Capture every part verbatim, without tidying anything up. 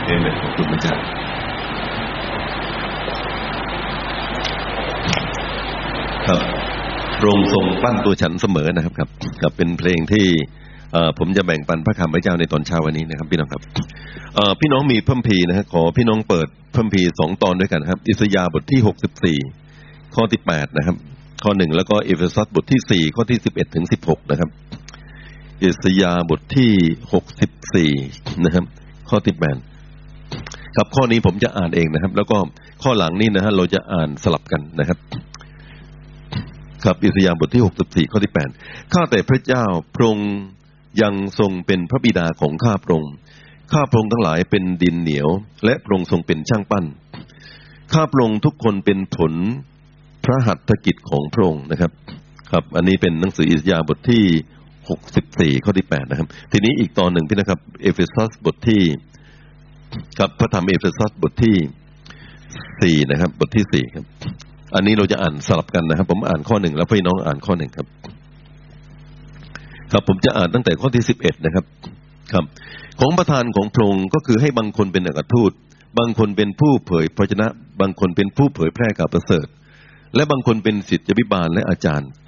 เอเมนขอบคุณพระเจ้าครับพระองค์ทรงปั้นตัวฉันเสมอนะครับครับกับเป็นเพลงที่ผมจะแบ่งปันพระคำพระเจ้าในตอนเช้าวันนี้นะครับพี่น้องครับพี่น้องมีพระคัมภีร์นะฮะขอพี่น้องเปิดพระคัมภีร์สองตอนด้วยกันครับอิสยาห์บทที่หกสิบสี่ข้อที่แปดนะครับข้อหนึ่งแล้วก็เอเฟซัสบทที่สี่ข้อที่สิบเอ็ดถึงสิบหกนะครับอิสยาห์บทที่หกสิบสี่นะครับข้อที่แปดครับข้อนี้ผมจะอ่านเองนะครับแล้วก็ข้อหลังนี่นะฮะเราจะอ่านสลับกันนะครับครับอิสยาห์บทที่หกสิบสี่ข้อที่แปดข้าแต่พระเจ้าพระองค์ยังทรงเป็นพระบิดาของข้าพระองค์ข้าพระองค์ทั้งหลายเป็นดินเหนียวและพระองค์ทรงเป็นช่างปั้นข้าพระองค์ทุกคนเป็นผลพระหัตถกิจของพระองค์นะครับครับอันนี้เป็นหนังสืออิสยาห์บทที่หกสิบสี่ข้อที่แปดนะครับทีนี้อีกตอนหนึ่งพี่นะครับเอเฟซัสบทที่ครับพระธรรมเอเฟซัสบทที่สี่นะครับบทที่สี่ครับอันนี้เราจะอ่านสลับกันนะครับผมอ่านข้อหนึ่งแล้วพี่น้องอ่านข้อหนึ่งครับครับผมจะอ่านตั้งแต่ข้อที่สิบเอ็ดนะครับครับของประธานของพระองค์ก็คือให้บางคนเป็นอัครทูตบางคนเป็นผู้เผยพระวจนะบางคนเป็นผู้เผยแพร่ข่าวประเสริฐและบางคนเป็นศิษยาภิบาลและอาจารย์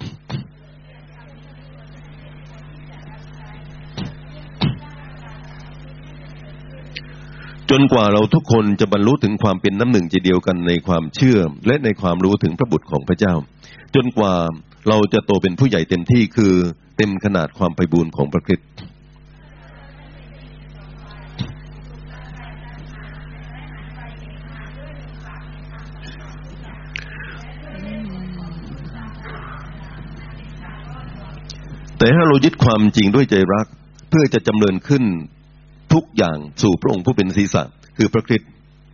จนกว่าเราทุกคนจะบรรลุถึงความเป็นน้ำหนึ่งใจเดียวกันในความเชื่อและในความรู้ถึงพระบุตรของพระเจ้าจนกว่าเราจะโตเป็นผู้ใหญ่เต็มที่คือเต็มขนาดความไพบูลย์ของพระคริสต์แต่ถ้าเรายึดความจริงด้วยใจรักเพื่อจะจำเริญขึ้นทุกอย่างสู่พระองค์ผู้เป็นศีรษะคือพระคริสต์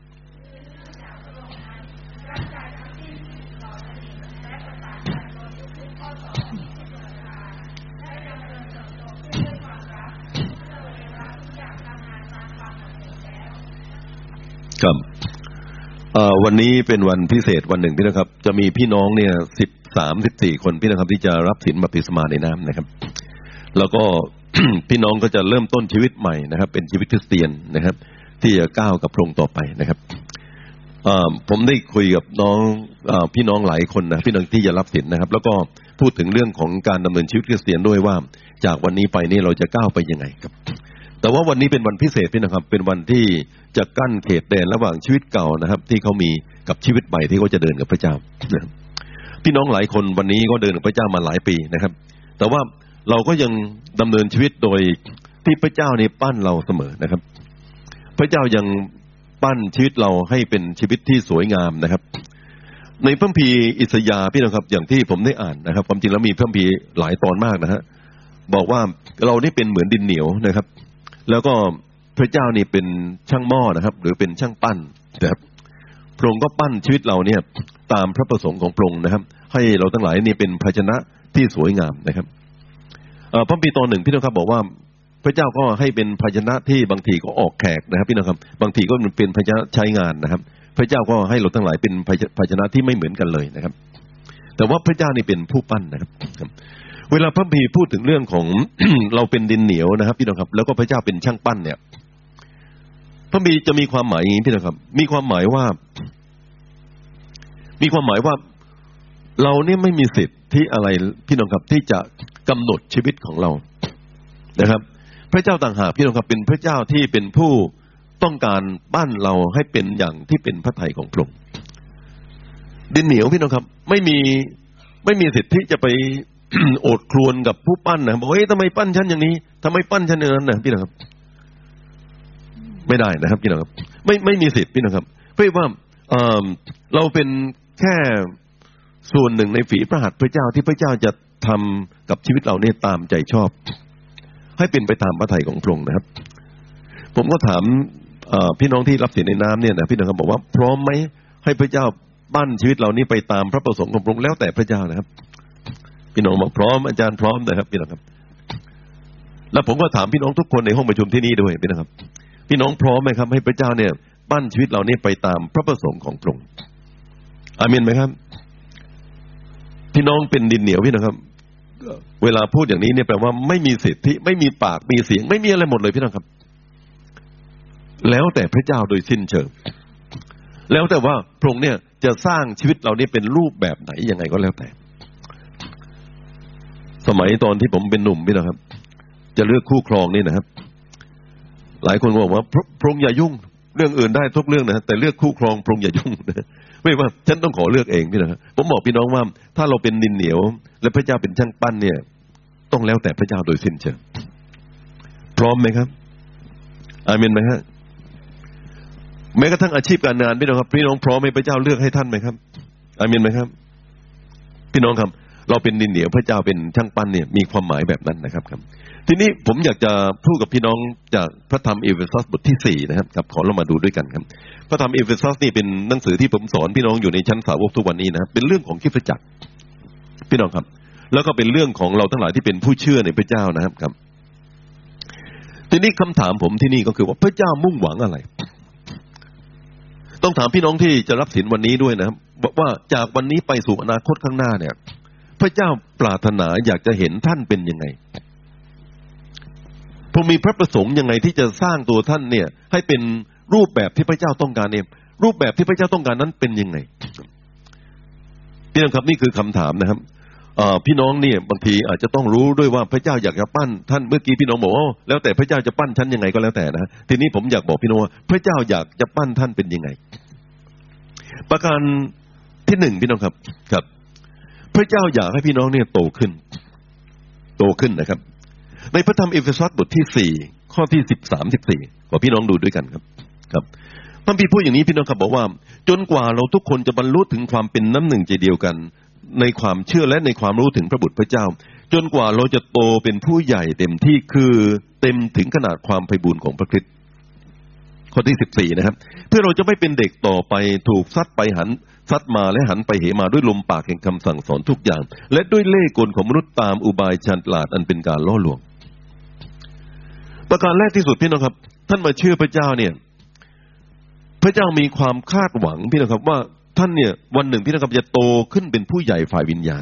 ครับวันนี้เป็นวันพิเศษวันหนึ่งพี่นะครับจะมีพี่น้องเนี่ยสิบสามสิบสี่คนพี่นะครับที่จะรับศีลบัพติศมาในน้ำนะครับแล้วก็ พี่น้องก็จะเริ่มต้นชีวิตใหม่นะครับเป็นชีวิตคริสเตียนนะครับที่จะก้าวกับพระองค์ต่อไปนะครับผมได้คุยกับน้องพี่น้องหลายคนนะพี่น้องที่จะรับศีลนะครับแล้วก็พูดถึงเรื่องของการดำเนินชีวิตคริสเตียนด้วยว่าจากวันนี้ไปนี่เราจะก้าวไปยังไงครับแต่ว่าวันนี้เป็นวันพิเศษพี่นะครับเป็นวันที่จะกั้นเขตแดนระหว่างชีวิตเก่านะครับที่เขามีกับชีวิตใหม่ที่เขาจะเดินกับพระเจ้าพี่น้องหลายคนวันนี้ก็เดินกับพระเจ้ามาหลายปีนะครับแต่ว่าเราก็ยังดำเนินชีวิตโดยที่พระเจ้านี่ปั้นเราเสมอนะครับพระเจ้ายังปั้นชีวิตเราให้เป็นชีวิตที่สวยงามนะครับในพระคัมภีร์อิสยาห์พี่น้องครับอย่างที่ผมได้อ่านนะครับความจริงแล้วมีพระคัมภีร์หลายตอนมากนะฮะบอกว่าเรานี่เป็นเหมือนดินเหนียวนะครับแล้วก็พระเจ้านี่เป็นช่างหม้อนะครับหรือเป็นช่างปั้นนะครับพระองค์ก็ปั้นชีวิตเราเนี่ยตามพระประสงค์ของพระองค์นะครับให้เราทั้งหลายนี่เป็นภาชนะที่สวยงามนะครับพระคัมภีร์ตอนหนึ่งพี่น้องครับบอกว่าพระเจ้าก็ให้เป็นภาชนะที่บางทีก็ออกแขกนะครับพี่น้องครับบางทีก็เป็นภาชนะใช้งานนะครับพระเจ้าก็ให้เราทั้งหลายเป็นภาชนะที่ไม่เหมือนกันเลยนะครับแต่ว่าพระเจ้านี่เป็นผู้ปั้นนะครับเวลาพระคัมภีร์พูดถึงเรื่องของ เราเป็นดินเหนียวนะครับพี่น้องครับแล้วก็พระเจ้าเป็นช่างปั้นเนี่ยพระคัมภีร์จะมีความหมายอย่างนี้พี่น้องครับมีความหมายว่ามีความหมายว่าเราเนี่ยไม่มีสิทธิ์ที่อะไรพี่น้องครับที่จะกำหนดชีวิตของเรานะครับพระเจ้าต่างหากพี่น้องครับเป็นพระเจ้าที่เป็นผู้ต้องการปั้นเราให้เป็นอย่างที่เป็นพระทัยของพระองค์ดินเหนียวพี่น้องครับไม่มีไม่มีสิทธิ์ที่จะไป โอดครวญกับผู้ปั้นนะบอกเฮ้ยทำไมปั้นฉันอย่างนี้ทำไมปั้นฉันอย่างนั้นนะพี่น้องครับไม่ได้นะครับพี่น้องครับไม่ไม่มีสิทธิ์พี่น้องครับเพราะว่าเอ่อเราเป็นแค่ส่วนหนึ่งในฝีพระหัตถ์พระเจ้าที่พระเจ้าจะทำกับชีวิตเราเนี่ยตามใจชอบให้เป็นไปตามพระทัยของพระองค์นะครับผมก็ถามพี่น้องที่รับศีลในน้ำเนี่ยนะพี่น้องครับบอกว่าพร้อมไหมให้พระเจ้าปั้นชีวิตเรานี้ไปตามพระประสงค์ของพระองค์แล้วแต่พระเจ้านะครับพี่น้องบอกพร้อมอาจารย์พร้อมนะครับพี่น้องครับแล้วผมก็ถามพี่น้องทุกคนในห้องประชุมที่นี่ด้วยพี่น้องครับพี่น้องพร้อมไหมครับให้พระเจ้าเนี่ยปั้นชีวิตเรานี้ไปตามพระประสงค์ของพระองค์อาเมนไหมครับพี่น้องเป็นดินเหนียวพี่น้องครับเวลาพูดอย่างนี้เนี่ยแปลว่าไม่มีสิทธิไม่มีปากมีเสียงไม่มีอะไรหมดเลยพี่น้องครับแล้วแต่พระเจ้าโดยสิ้นเชิงแล้วแต่ว่าพระองค์เนี่ยจะสร้างชีวิตเราเนี่ยเป็นรูปแบบไหนยังไงก็แล้วแต่สมัยตอนที่ผมเป็นหนุ่มพี่นะครับจะเลือกคู่ครองนี่นะครับหลายคนบอกว่าพระองค์อย่ายุ่งเรื่องอื่นได้ทุกเรื่องนะแต่เลือกคู่ครองพระองค์อย่ายุ่งนะไม่ว่าฉันต้องขอเลือกเองพี่นะครับผมบอกพี่น้องว่าถ้าเราเป็นดินเหนียวและพระเจ้าเป็นช่างปั้นเนี่ยต้องแล้วแต่พระเจ้าโดยสิ้นเชิงพร้อมไหมครับอาเมนไหมฮะแม้กระทั่งอาชีพการงานพี่น้องครับพี่น้องพร้อมให้พระเจ้าเลือกให้ท่านไหมครับอาเมนไหมครับพี่น้องครับเราเป็นดินเหนียวพระเจ้าเป็นช่างปั้นเนี่ยมีความหมายแบบนั้นนะครับครับทีนี้ผมอยากจะพูดกับพี่น้องจากพระธรรมเอเฟซัสบทที่สี่นะครับครับขอเรามาดูด้วยกันครับพระธรรมเอเฟซัสนี่เป็นหนังสือที่ผมสอนพี่น้องอยู่ในชั้นสาวกทุกวันนี้นะครับเป็นเรื่องของคริสตจักรพี่น้องครับแล้วก็เป็นเรื่องของเราทั้งหลายที่เป็นผู้เชื่อในพระเจ้านะครับครับทีนี้คำถามผมที่นี่ก็คือว่าพระเจ้ามุ่งหวังอะไรต้องถามพี่น้องที่จะรับศีลวันนี้ด้วยนะครับบอกว่าจากวันนี้ไปสู่อนาคตข้างหน้าเนี่ยพระเจ้าปรารถนาอยากจะเห็นท่านเป็นยังไงพระมีพระประสงค์ยังไงที่จะสร้างตัวท่านเนี่ยให้เป็นรูปแบบที่พระเจ้าต้องการเนี่ยรูปแบบที่พระเจ้าต้องการนั้นเป็นยังไงพี่น้องครับนี่คือคำถามนะครับพี่น้องเนี่ยบางทีอาจจะต้องรู้ด้วยว่าพระเจ้าอยากจะปั้นท่านเมื่อกี้พี่น้องบอกว่าแล้วแต่พระเจ้าจะปั้นฉันยังไงก็แล้วแต่นะทีนี้ผมอยากบอกพี่น้องว่าพระเจ้าอยากจะปั้นท่านเป็นยังไงประการที่หนึ่งพี่น้องครับครับพระเจ้าอยากให้พี่น้องเนี่ยโตขึ้นโตขึ้นนะครับในพระธรรมเอเฟซัสบทที่สี่ข้อที่สิบสามสิบสี่ขอพี่น้องดูด้วยกันครับครับพระบิดาพูดอย่างนี้พี่น้องครับบอกว่าจนกว่าเราทุกคนจะบรรลุถึงความเป็นน้ำหนึ่งใจเดียวกันในความเชื่อและในความรู้ถึงพระบุตรพระเจ้าจนกว่าเราจะโตเป็นผู้ใหญ่เต็มที่คือเต็มถึงขนาดความไพบูลย์ของพระคริสต์ข้อที่สิบสี่นะครับเพื่อเราจะไม่เป็นเด็กต่อไปถูกซัดไปหันซัดมาและหันไปเหมาด้วยลมปากแห่งคำสั่งสอนทุกอย่างและด้วยเล่ห์กลของมนุษย์ตามอุบายฉลาดอันเป็นการล่อลวงประการแรกที่สุดพี่น้องครับท่านมาเชื่อพระเจ้าเนี่ยพระเจ้ามีความคาดหวังพี่น้องครับว่าท่านเนี่ยวันหนึ่งพี่น้องครับจะโตขึ้นเป็นผู้ใหญ่ฝ่ายวิญญาณ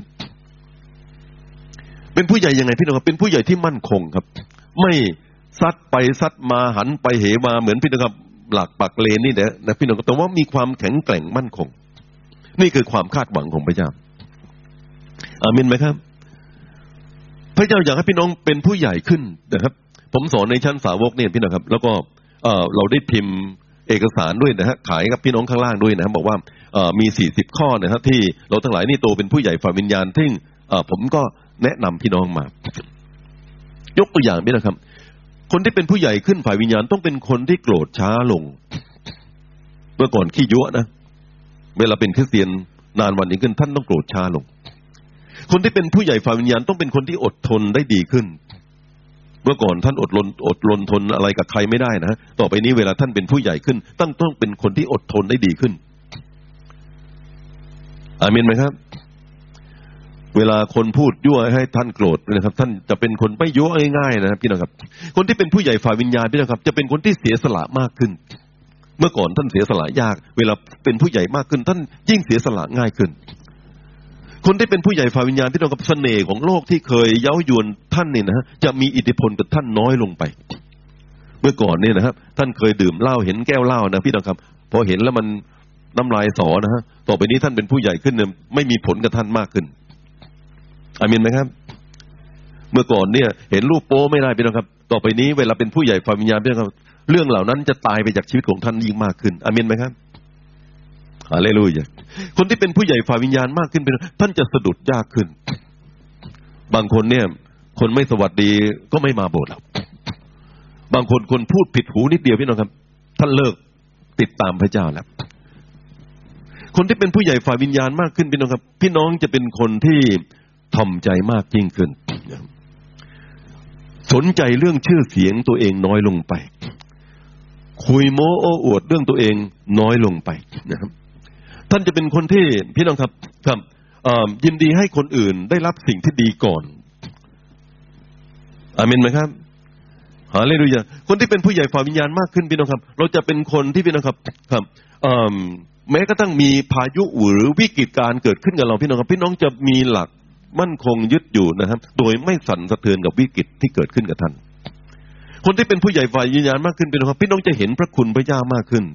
เป็นผู้ใหญ่ยังไงพี่น้องครับเป็นผู้ใหญ่ที่มั่นคงครับไม่ซัดไปซัดมาหันไปเหมาเหมือนพี่น้องครับหลักปักเลนนี่นะนะพี่น้องแต่ว่ามีความแข็งแกร่งมั่นคงนี่คือความคาดหวังของพระเจ้าอาเมนไหมครับพระเจ้าอยากให้พี่น้องเป็นผู้ใหญ่ขึ้นนะครับผมสอนในชั้นสาวกเนี่ยพี่น้องครับแล้วก็เอ่อเราได้พิมพ์เอกสารด้วยนะฮะขายกับพี่น้องข้างล่างด้วยนะครับบอกว่าเอ่อมีสี่สิบข้อนะครับที่เราทั้งหลายนี่โตเป็นผู้ใหญ่ฝ่ายวิญญาณซึ่งเอ่อผมก็แนะนำพี่น้องมายกตัวอย่างพี่นะครับคนที่เป็นผู้ใหญ่ขึ้นฝ่ายวิญญาณต้องเป็นคนที่โกรธช้าลงเมื่อก่อนขี้ยั่วนะเวลาเป็นคริสเตียนนานวันยิ่งขึ้นท่านต้องโกรธช้าลงคนที่เป็นผู้ใหญ่ฝ่ายวิญญาณต้องเป็นคนที่อดทนได้ดีขึ้นเมื่อก่อนท่านอดทนอดทนทนอะไรกับใครไม่ได้นะต่อไปนี้เวลาท่านเป็นผู้ใหญ่ขึ้นท่านต้องเป็นคนที่อดทนได้ดีขึ้นอาเมนไหมครับเวลาคนพูดยั่วให้ท่านโกรธนะครับท่านจะเป็นคนไม่ยั่วง่ายๆนะครับพี่น้องครับคนที่เป็นผู้ใหญ่ฝ่ายวิญญาณพี่น้องครับจะเป็นคนที่เสียสละมากขึ้นเมื่อก่อนท่านเสียสละยากเวลาเป็นผู้ใหญ่มากขึ้นท่านยิ่งเสียสละง่ายขึ้นคนที่เป็นผู้ใหญ่ฝ่ายวิญญาณพี่น้องกับเสน่ห์ของโลกที่เคยเย้ายวนท่านเนี่ยนะจะมีอิทธิพลกับท่านน้อยลงไปเมื่อก่อนเนี่ยนะครับท่านเคยดื่มเหล้าเห็นแก้วเหล้านะพี่น้องครับพอเห็นแล้วมันน้ำลายสอนะฮะต่อไปนี้ท่านเป็นผู้ใหญ่ขึ้นเนี่ยไม่มีผลกับท่านมากขึ้นอาเมนไหมครับเมื่อก่อนเนี่ยเห็นรูปโป๊ไม่ได้พี่น้องครับต่อไปนี้เวลาเป็นผู้ใหญ่ฝ่ายวิญญาณพี่น้องครับเรื่องเหล่านั้นจะตายไปจากชีวิตของท่านยิ่งมากขึ้นอาเมนไหมครับฮาเลลูยาคนที่เป็นผู้ใหญ่ฝ่ายวิญญาณมากขึ้นเป็นท่านจะสะดุดยากขึ้นบางคนเนี่ยคนไม่สวัสดีก็ไม่มาโบสถ์หรอกบางคนคนพูดผิดหูนิดเดียวพี่น้องครับท่านเลิกติดตามพระเจ้าแล้วคนที่เป็นผู้ใหญ่ฝ่ายวิญญาณมากขึ้นพี่น้องครับพี่น้องจะเป็นคนที่ถ่อมใจมากยิ่งขึ้นสนใจเรื่องชื่อเสียงตัวเองน้อยลงไปคุยโม้โอ้อวดเรื่องตัวเองน้อยลงไปนะครับท่านจะเป็นคนที่พี่น้องครับครับยินดีให้คนอื่นได้รับสิ่งที่ดีก่อนอาเมนไหมครับฮาเลลูยาคนที่เป็นผู้ใหญ่ฝ่ายวิญญาณมากขึ้นพี่น้องครับเราจะเป็นคนที่พี่น้องครับครับแม้กระทั่งมีพายุหรือวิกฤตการณ์เกิดขึ้นกับเราพี่น้องครับพี่น้องจะมีหลักมั่นคงยึดอยู่นะครับโดยไม่สั่นสะเทือนกับวิกฤตที่เกิดขึ้นกับท่านคนที่เป็นผู้ใหญ่ฝ่ายวิญญาณมากขึ้นเป็นครับพี่น้องจะเห็นพระคุณพระเจ้ามากขึ้น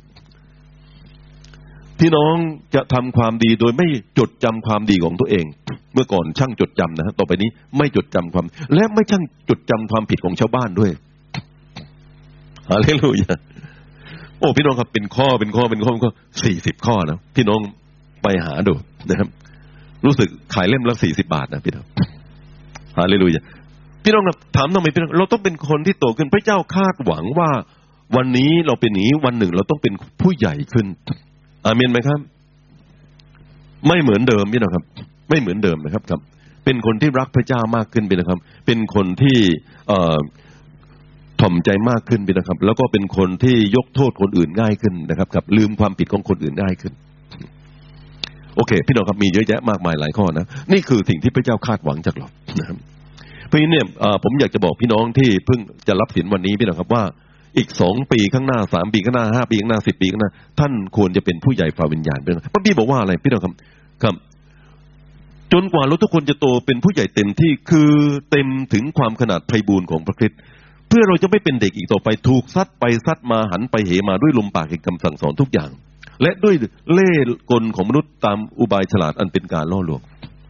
พี่น้องจะทำความดีโดยไม่จดจำความดีของตัวเองเมื่อก่อนช่างจดจำนะฮะต่อไปนี้ไม่จดจำความและไม่ช่างจดจำความผิดของชาวบ้านด้วยฮาเลลูยาโอ้พี่น้องครับเป็นข้อเป็นข้อเป็นข้อเป็นข้อสี่สิบข้อนะพี่น้องไปหาดูนะครับรู้สึกขายเล่มละสี่สิบบาทนะพี่น้องฮาเลลูยาพี่น้องครับถามทำไมพี่น้องเราต้องเป็นคนที่โตขึ้นพระเจ้าคาดหวังว่าวันนี้เราเป็นอย่างนี้วันหนึ่งเราต้องเป็นผู้ใหญ่ขึ้นอาเมนไหมครับไม่เหมือนเดิมพี่น้องครับไม่เหมือนเดิมนะครับครับเป็นคนที่รักพระเจ้ามากขึ้นพี่นะครับเป็นคนที่เอ่อถ่อมใจมากขึ้นพี่นะครับแล้วก็เป็นคนที่ยกโทษคนอื่นง่ายขึ้นนะครับครับลืมความผิดของคนอื่นง่ายขึ้นโอเคพี่น้องครับมีเยอะแยะมากมายหลายข้อนะนี่คือสิ่งที่พระเจ้าคาดหวังจากเรานะครับเพราะฉะนั้นเนี่ยผมอยากจะบอกพี่น้องที่เพิ่งจะรับศีลวันนี้พี่น้องครับว่าอีกสองปีข้างหน้าสามปีข้างหน้าห้าปีข้างหน้าสิบปีข้างหน้าท่านควรจะเป็นผู้ใหญ่ฝ่ายวิญญาณเป็นพระบิดาบอกว่าอะไรพี่น้องครับครับจนกว่าเราทุกคนจะโตเป็นผู้ใหญ่เต็มที่คือเต็มถึงความขนาดไพบูลย์ของพระคริสต์เพื่อเราจะไม่เป็นเด็กอีกต่อไปถูกซัดไปซัดมาหันไปเหมาด้วยลมปากแห่งคำสั่งสอนทุกอย่างและด้วยเล่ห์กลของมนุษย์ตามอุบายฉลาดอันเป็นการล่อลวง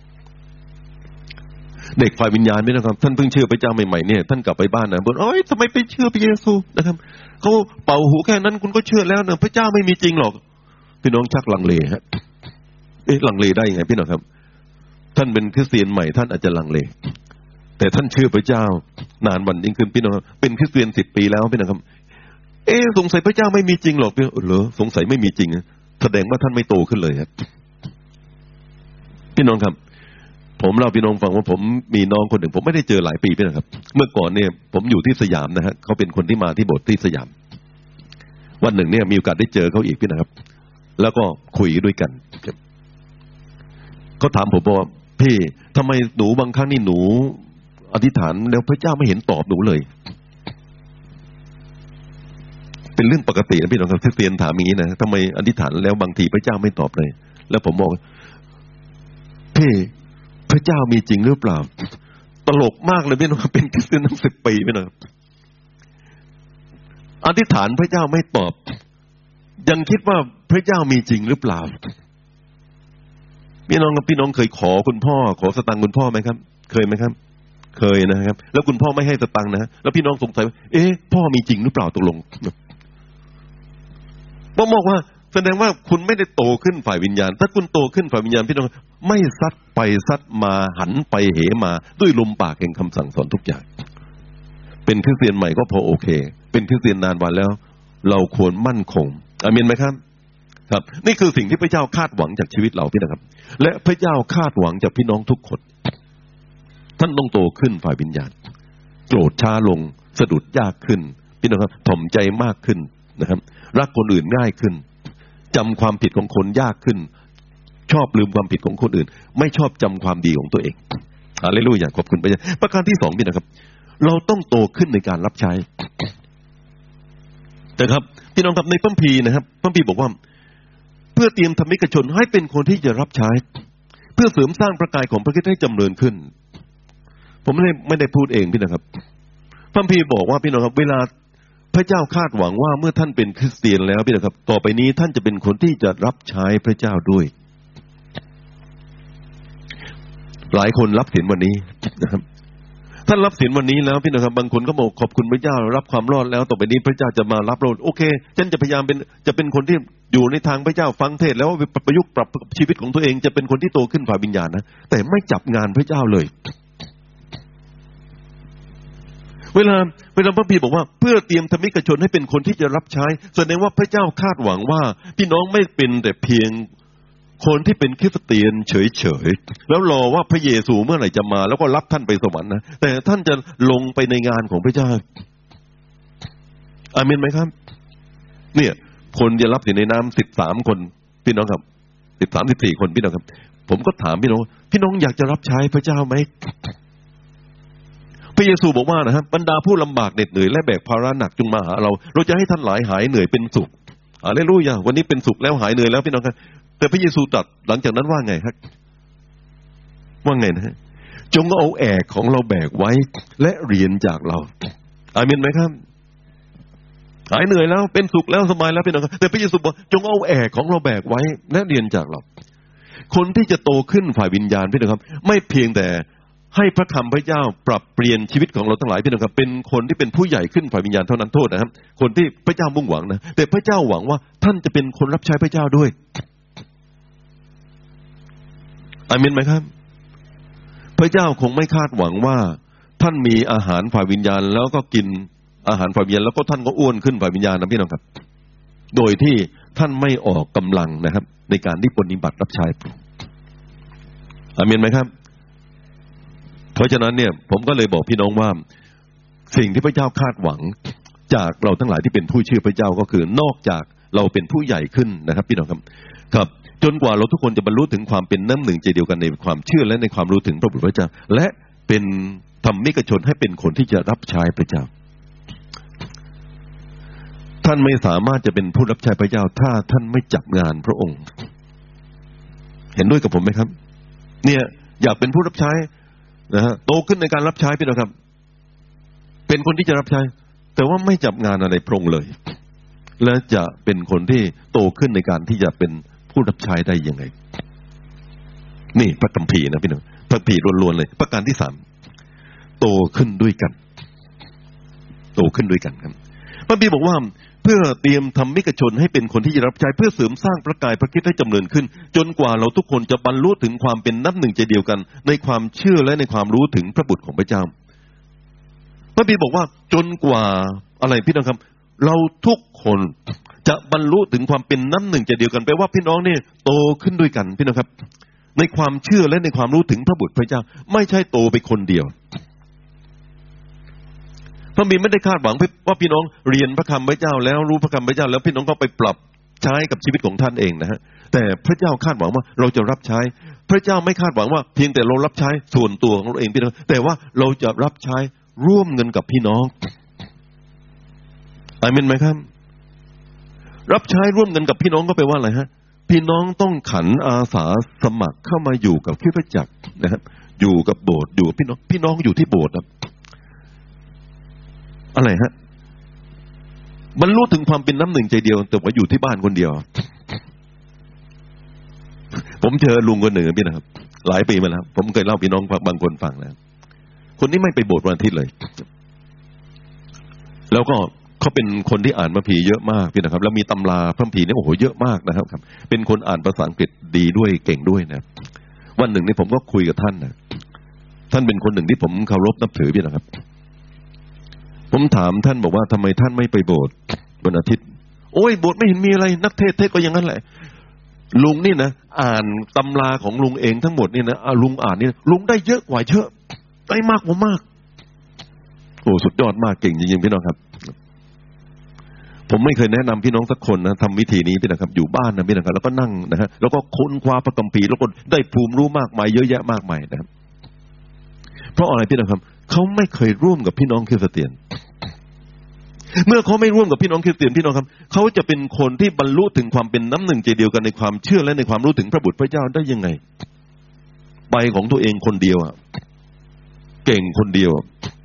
เด็กฝ่ายวิญญาณไม่นะครับท่านเพิ่งเชื่อพระเจ้าใหม่ๆเนี่ยท่านกลับไปบ้านนะบอกเอ้ยทำไมไปเชื่อพระเยซูนะครับเขาเป่าหูแค่นั้นคุณก็เชื่อแล้วนะพระเจ้าไม่มีจริงหรอกพี่น้องชักลังเลฮะเอ๊ะลังเลได้ยังไงพี่น้องครับท่านเป็นคริสเตียนใหม่ท่านอาจจะลังเลแต่ท่านเชื่อพระเจ้านานวันยิ่งขึ้นพี่น้องเป็นคริสเตียนสิบปีแล้วพี่น้องครับเอ๊ะสงสัยพระเจ้าไม่มีจริงหรอกพี่เหรอสงสัยไม่มีจริงแสดงว่าท่านไม่โตขึ้นเลยครับพี่น้องครับผมเล่าพี่น้องฟังว่าผมมีน้องคนหนึ่งผมไม่ได้เจอหลายปีพี่นะครับเมื่อก่อนเนี่ยผมอยู่ที่สยามนะฮะเขาเป็นคนที่มาที่โบสถ์ที่สยามวันหนึ่งเนี่ยมีโอกาสได้เจอเขาอีกพี่นะครับแล้วก็คุยด้วยกันเขาถามผมว่าพี่ทำไมหนูบางครั้งนี่หนูอธิษฐานแล้วพระเจ้าไม่เห็นตอบหนูเลยเป็นเรื่องปกตินะพี่น้องครับคริสเตียนถามอย่างนี้นะทำไมอธิษฐานแล้วบางทีพระเจ้าไม่ตอบเลยแล้วผมบอกพี่พระเจ้ามีจริงหรือเปล่าตลกมากเลยพี่น้องเป็นคริสเตียนตั้งสิบปีพี่น้องอธิษฐานพระเจ้าไม่ตอบยังคิดว่าพระเจ้ามีจริงหรือเปล่าพี่น้องพี่น้องเคยขอคุณพ่อขอสตังค์คุณพ่อไหมครับเคยไหมครับเคยนะครับแล้วคุณพ่อไม่ให้สตังค์นะแล้วพี่น้องสงสัยว่าเอ๊ะพ่อมีจริงหรือเปล่าตกลงผมบอกว่าแสดงว่าคุณไม่ได้โตขึ้นฝ่ายวิญญาณถ้าคุณโตขึ้นฝ่ายวิญญาณพี่น้องไม่ซัดไปซัดมาหันไปเหมาด้วยลมปากแห่งคำสั่งสอนทุกอย่างเป็นคริสเตียนใหม่ก็พอโอเคเป็นคริสเตียนนานวันแล้วเราควรมั่นคงอาเมนไหมครับครับนี่คือสิ่งที่พระเจ้าคาดหวังจากชีวิตเราพี่นะครับและพระเจ้าคาดหวังจากพี่น้องทุกคนท่านต้องโตขึ้นฝ่ายวิญญาณโกรธช้าลงสะดุดยากขึ้นพี่น้องครับถ่อมใจมากขึ้นนะครับรักคนอื่นง่ายขึ้นจำความผิดของคนยากขึ้นชอบลืมความผิดของคนอื่นไม่ชอบจำความดีของตัวเองฮาเลลูยาขอบคุณพระเจ้าประการที่สองพี่นะครับเราต้องโตขึ้นในการรับใช้แต่ครับพี่น้องครับในพระคัมภีร์นะครับพระคัมภีร์บอกว่าเพื่อเตรียมธรรมิกชนให้เป็นคนที่จะรับใช้เพื่อเสริมสร้างประกายของพระคริสต์ให้จำเริญขึ้นผมไม่ได้ไม่ได้พูดเองพี่นะครับพระคัมภีร์บอกว่าพี่น้องครับเวลาพระเจ้าคาดหวังว่าเมื่อท่านเป็นคริสเตียนแล้วพี่นะครับต่อไปนี้ท่านจะเป็นคนที่จะรับใช้พระเจ้าด้วยหลายคนรับศีลวันนี้นะครับท่านรับศีลวันนี้แล้วพี่นะครับบางคนก็บอกขอบคุณพระเจ้ารับความรอดแล้วต่อไปนี้พระเจ้าจะมารับเราโอเคฉันจะพยายามเป็นจะเป็นคนที่อยู่ในทางพระเจ้าฟังเทศน์แล้วประยุกต์ปรับชีวิตของตัวเองจะเป็นคนที่โตขึ้นฝ่ายวิญญาณนะแต่ไม่จับงานพระเจ้าเลยเวลาเวลาพระบิดาบอกว่าเพื่อเตรียมธรรมิกชนให้เป็นคนที่จะรับใช้แสดงว่าพระเจ้าคาดหวังว่าพี่น้องไม่เป็นแต่เพียงคนที่เป็นคริสเตียนเฉยๆแล้วรอว่าพระเยซูเมื่อไหร่จะมาแล้วก็รับท่านไปสวรรค์นะแต่ท่านจะลงไปในงานของพระเจ้าอาเมนไหมครับเนี่ยคนจะรับศีลในน้ำสิบสามคนพี่น้องครับสิบสามสิบสี่คนพี่น้องครับผมก็ถามพี่น้องพี่น้องอยากจะรับใช้พระเจ้าไหมพระเยซูบอกว่านะครับบรรดาผู้ลำบากเหน็ดเหนื่อยและแบกภาระหนักจงมาหาเราเราจะให้ท่านหลายหายเหนื่อยเป็นสุขอาเลลูยาวันนี้เป็นสุขแล้วหายเหนื่อยแล้วพี่น้องครับแต่พระเยซูตรัสหลังจากนั้นว่าไงครับว่าไงนะจงเอาแอกของเราแบกไว้และเรียนจากเราอาเมนไหมครับหายเหนื่อยแล้วเป็นสุขแล้วสบายแล้วพี่น้องแต่พระเยซูบอกจงเอาแอกของเราแบกไว้และเรียนจากเราคนที่จะโตขึ้นฝ่ายวิญญาณพี่น้องครับไม่เพียงแต่ให้พระคำพระเจ้าปรับเปลี่ยนชีวิตของเราทั้งหลายพี่น้องครับเป็นคนที่เป็นผู้ใหญ่ขึ้นฝ่ายวิญญาณเท่านั้นโทษนะครับคนที่พระเจ้ามุ่งหวังนะแต่พระเจ้าหวังว่าท่านจะเป็นคนรับใช้พระเจ้าด้วยอาเมนไหมครับพระเจ้าคงไม่คาดหวังว่าท่านมีอาหารฝ่ายวิญญาณแล้วก็กินอาหารฝ่ายวิญญาณแล้วก็ท่านก็อ้วนขึ้นฝ่ายวิญญาณนะพี่น้องครับโดยที่ท่านไม่ออกกำลังนะครับในการที่ปฏิบัติรับใช้อาเมนไหมครับเพราะฉะนั้นเนี่ยผมก็เลยบอกพี่น้องว่าสิ่งที่พระเจ้าคาดหวังจากเราทั้งหลายที่เป็นผู้เชื่อพระเจ้าก็คือนอกจากเราเป็นผู้ใหญ่ขึ้นนะครับพี่น้องครับครับจนกว่าเราทุกคนจะบรรลุถึงความเป็นน้ำหนึ่งใจเดียวกันในความเชื่อและในความรู้ถึงพระบุตรพระเจ้าและเป็นธรรมิกชนให้เป็นคนที่จะรับใช้พระเจ้าท่านไม่สามารถจะเป็นผู้รับใช้พระเจ้าถ้าท่านไม่จับงานพระองค์เห็นด้วยกับผมไหมครับเนี่ยอยากเป็นผู้รับใช้นะฮะโตขึ้นในการรับใช้พี่น้องครับเป็นคนที่จะรับใช้แต่ว่าไม่จับงานอะไรพระองค์เลยและจะเป็นคนที่โตขึ้นในการที่จะเป็นผู้รับใช้ได้ยังไงนี่พระคัมภีร์นะพี่น้องพระคัมภีร์ล้วนๆเลยประการที่สามโตขึ้นด้วยกันโตขึ้นด้วยกันครับพระคัมภีร์บอกว่าเพื่อเตรียมธรรมิกชนให้เป็นคนที่จะรับใช้เพื่อเสริมสร้างพระกายพระคริสต์ให้จำเริญขึ้นจนกว่าเราทุกคนจะบรรลุถึงความเป็นน้ำหนึ่งใจเดียวกันในความเชื่อและในความรู้ถึงพระบุตรของพระเจ้าพระคัมภีร์บอกว่าจนกว่าอะไรพี่น้องครับเราทุกคนจะบรรลุถึงความเป็นน้ำหนึ่งใจเดียวกันแปลว่าพี่น้องเนี่ยโตขึ้นด้วยกันพี่น้องครับในความเชื่อและในความรู้ถึงพระบุตรพระเจ้าไม่ใช่โตไปคนเดียวพระบิดาไม่ได้คาดหวังว่าพี่น้องเรียนพระคำพระเจ้าแล้วรู้พระคำพระเจ้าแล้วพี่น้องก็ไปปรับใช้กับชีวิตของท่านเองนะฮะแต่พระเจ้าคาดหวังว่าเราจะรับใช้พระเจ้าไม่คาดหวังว่าเพียงแต่เรารับใช้ส่วนตัวของเราเองพี่น้องแต่ว่าเราจะรับใช้ร่วมกันกับพี่น้องอาเมนไหมครับรับใช้ร่วมกันกับพี่น้องก็แปลว่าอะไรฮะพี่น้องต้องขันอาสาสมัครเข้ามาอยู่กับคริสตจักรนะครับอยู่กับโบสถ์อยู่พี่น้องพี่น้องอยู่ที่โบสถ์ครับอะไรฮะบรรลุถึงความเป็นน้ำหนึ่งใจเดียวแต่ว่าอยู่ที่บ้านคนเดียวผมเจอลุงคนหนึ่งพี่นะครับหลายปีมาแล้วผมเคยเล่าพี่น้องบางคนฟังนะคนนี้ไม่ไปโบสถ์วันอาทิตย์เลยแล้วก็เขาเป็นคนที่อ่านพระคัมภีร์เยอะมากพี่นะครับแล้วมีตำราพระคัมภีร์เนี่ยโอ้โหเยอะมากนะครับครับเป็นคนอ่านภาษาอังกฤษดีด้วยเก่งด้วยนะวันหนึ่งนี่ผมก็คุยกับท่านนะท่านเป็นคนหนึ่งที่ผมเคารพนับถือพี่นะครับผมถามท่านบอกว่าทำไมท่านไม่ไปโบสถ์วันอาทิตย์โอ้ยโบสถ์ไม่เห็นมีอะไรนักเทศเทศก็อย่างนั้นแหละลุงนี่นะอ่านตำราของลุงเองทั้งหมดนี่นะลุงอ่านนี่ลุงได้เยอะกว่าเยอะได้มากกว่ามากโอ้สุดยอดมากเก่งจริงๆพี่น้องครับผมไม่เคยแนะนำพี่น้องสักคนนะทำวิธีนี้พี่นะครับอยู่บ้านนะพี่นะครับแล้วก็นั่งนะฮะแล้วก็ค้นคว้าพระคัมภีร์แล้วก็ได้ภูมิรู้มากมายเยอะแยะมากมายนะครับเพราะอะไรพี่นะครับเขาไม่เคยร่วมกับพี่น้องคริสเตียนเมื่อเขาไม่ร่วมกับพี่น้องคริสเตียนพี่น้องครับเขาจะเป็นคนที่บรรลุถึงความเป็นน้ำหนึ่งใจเดียวกันในความเชื่อและในความรู้ถึงพระบุตรพระเจ้าได้ยังไงไปของตัวเองคนเดียวอ่ะเก่งคนเดียว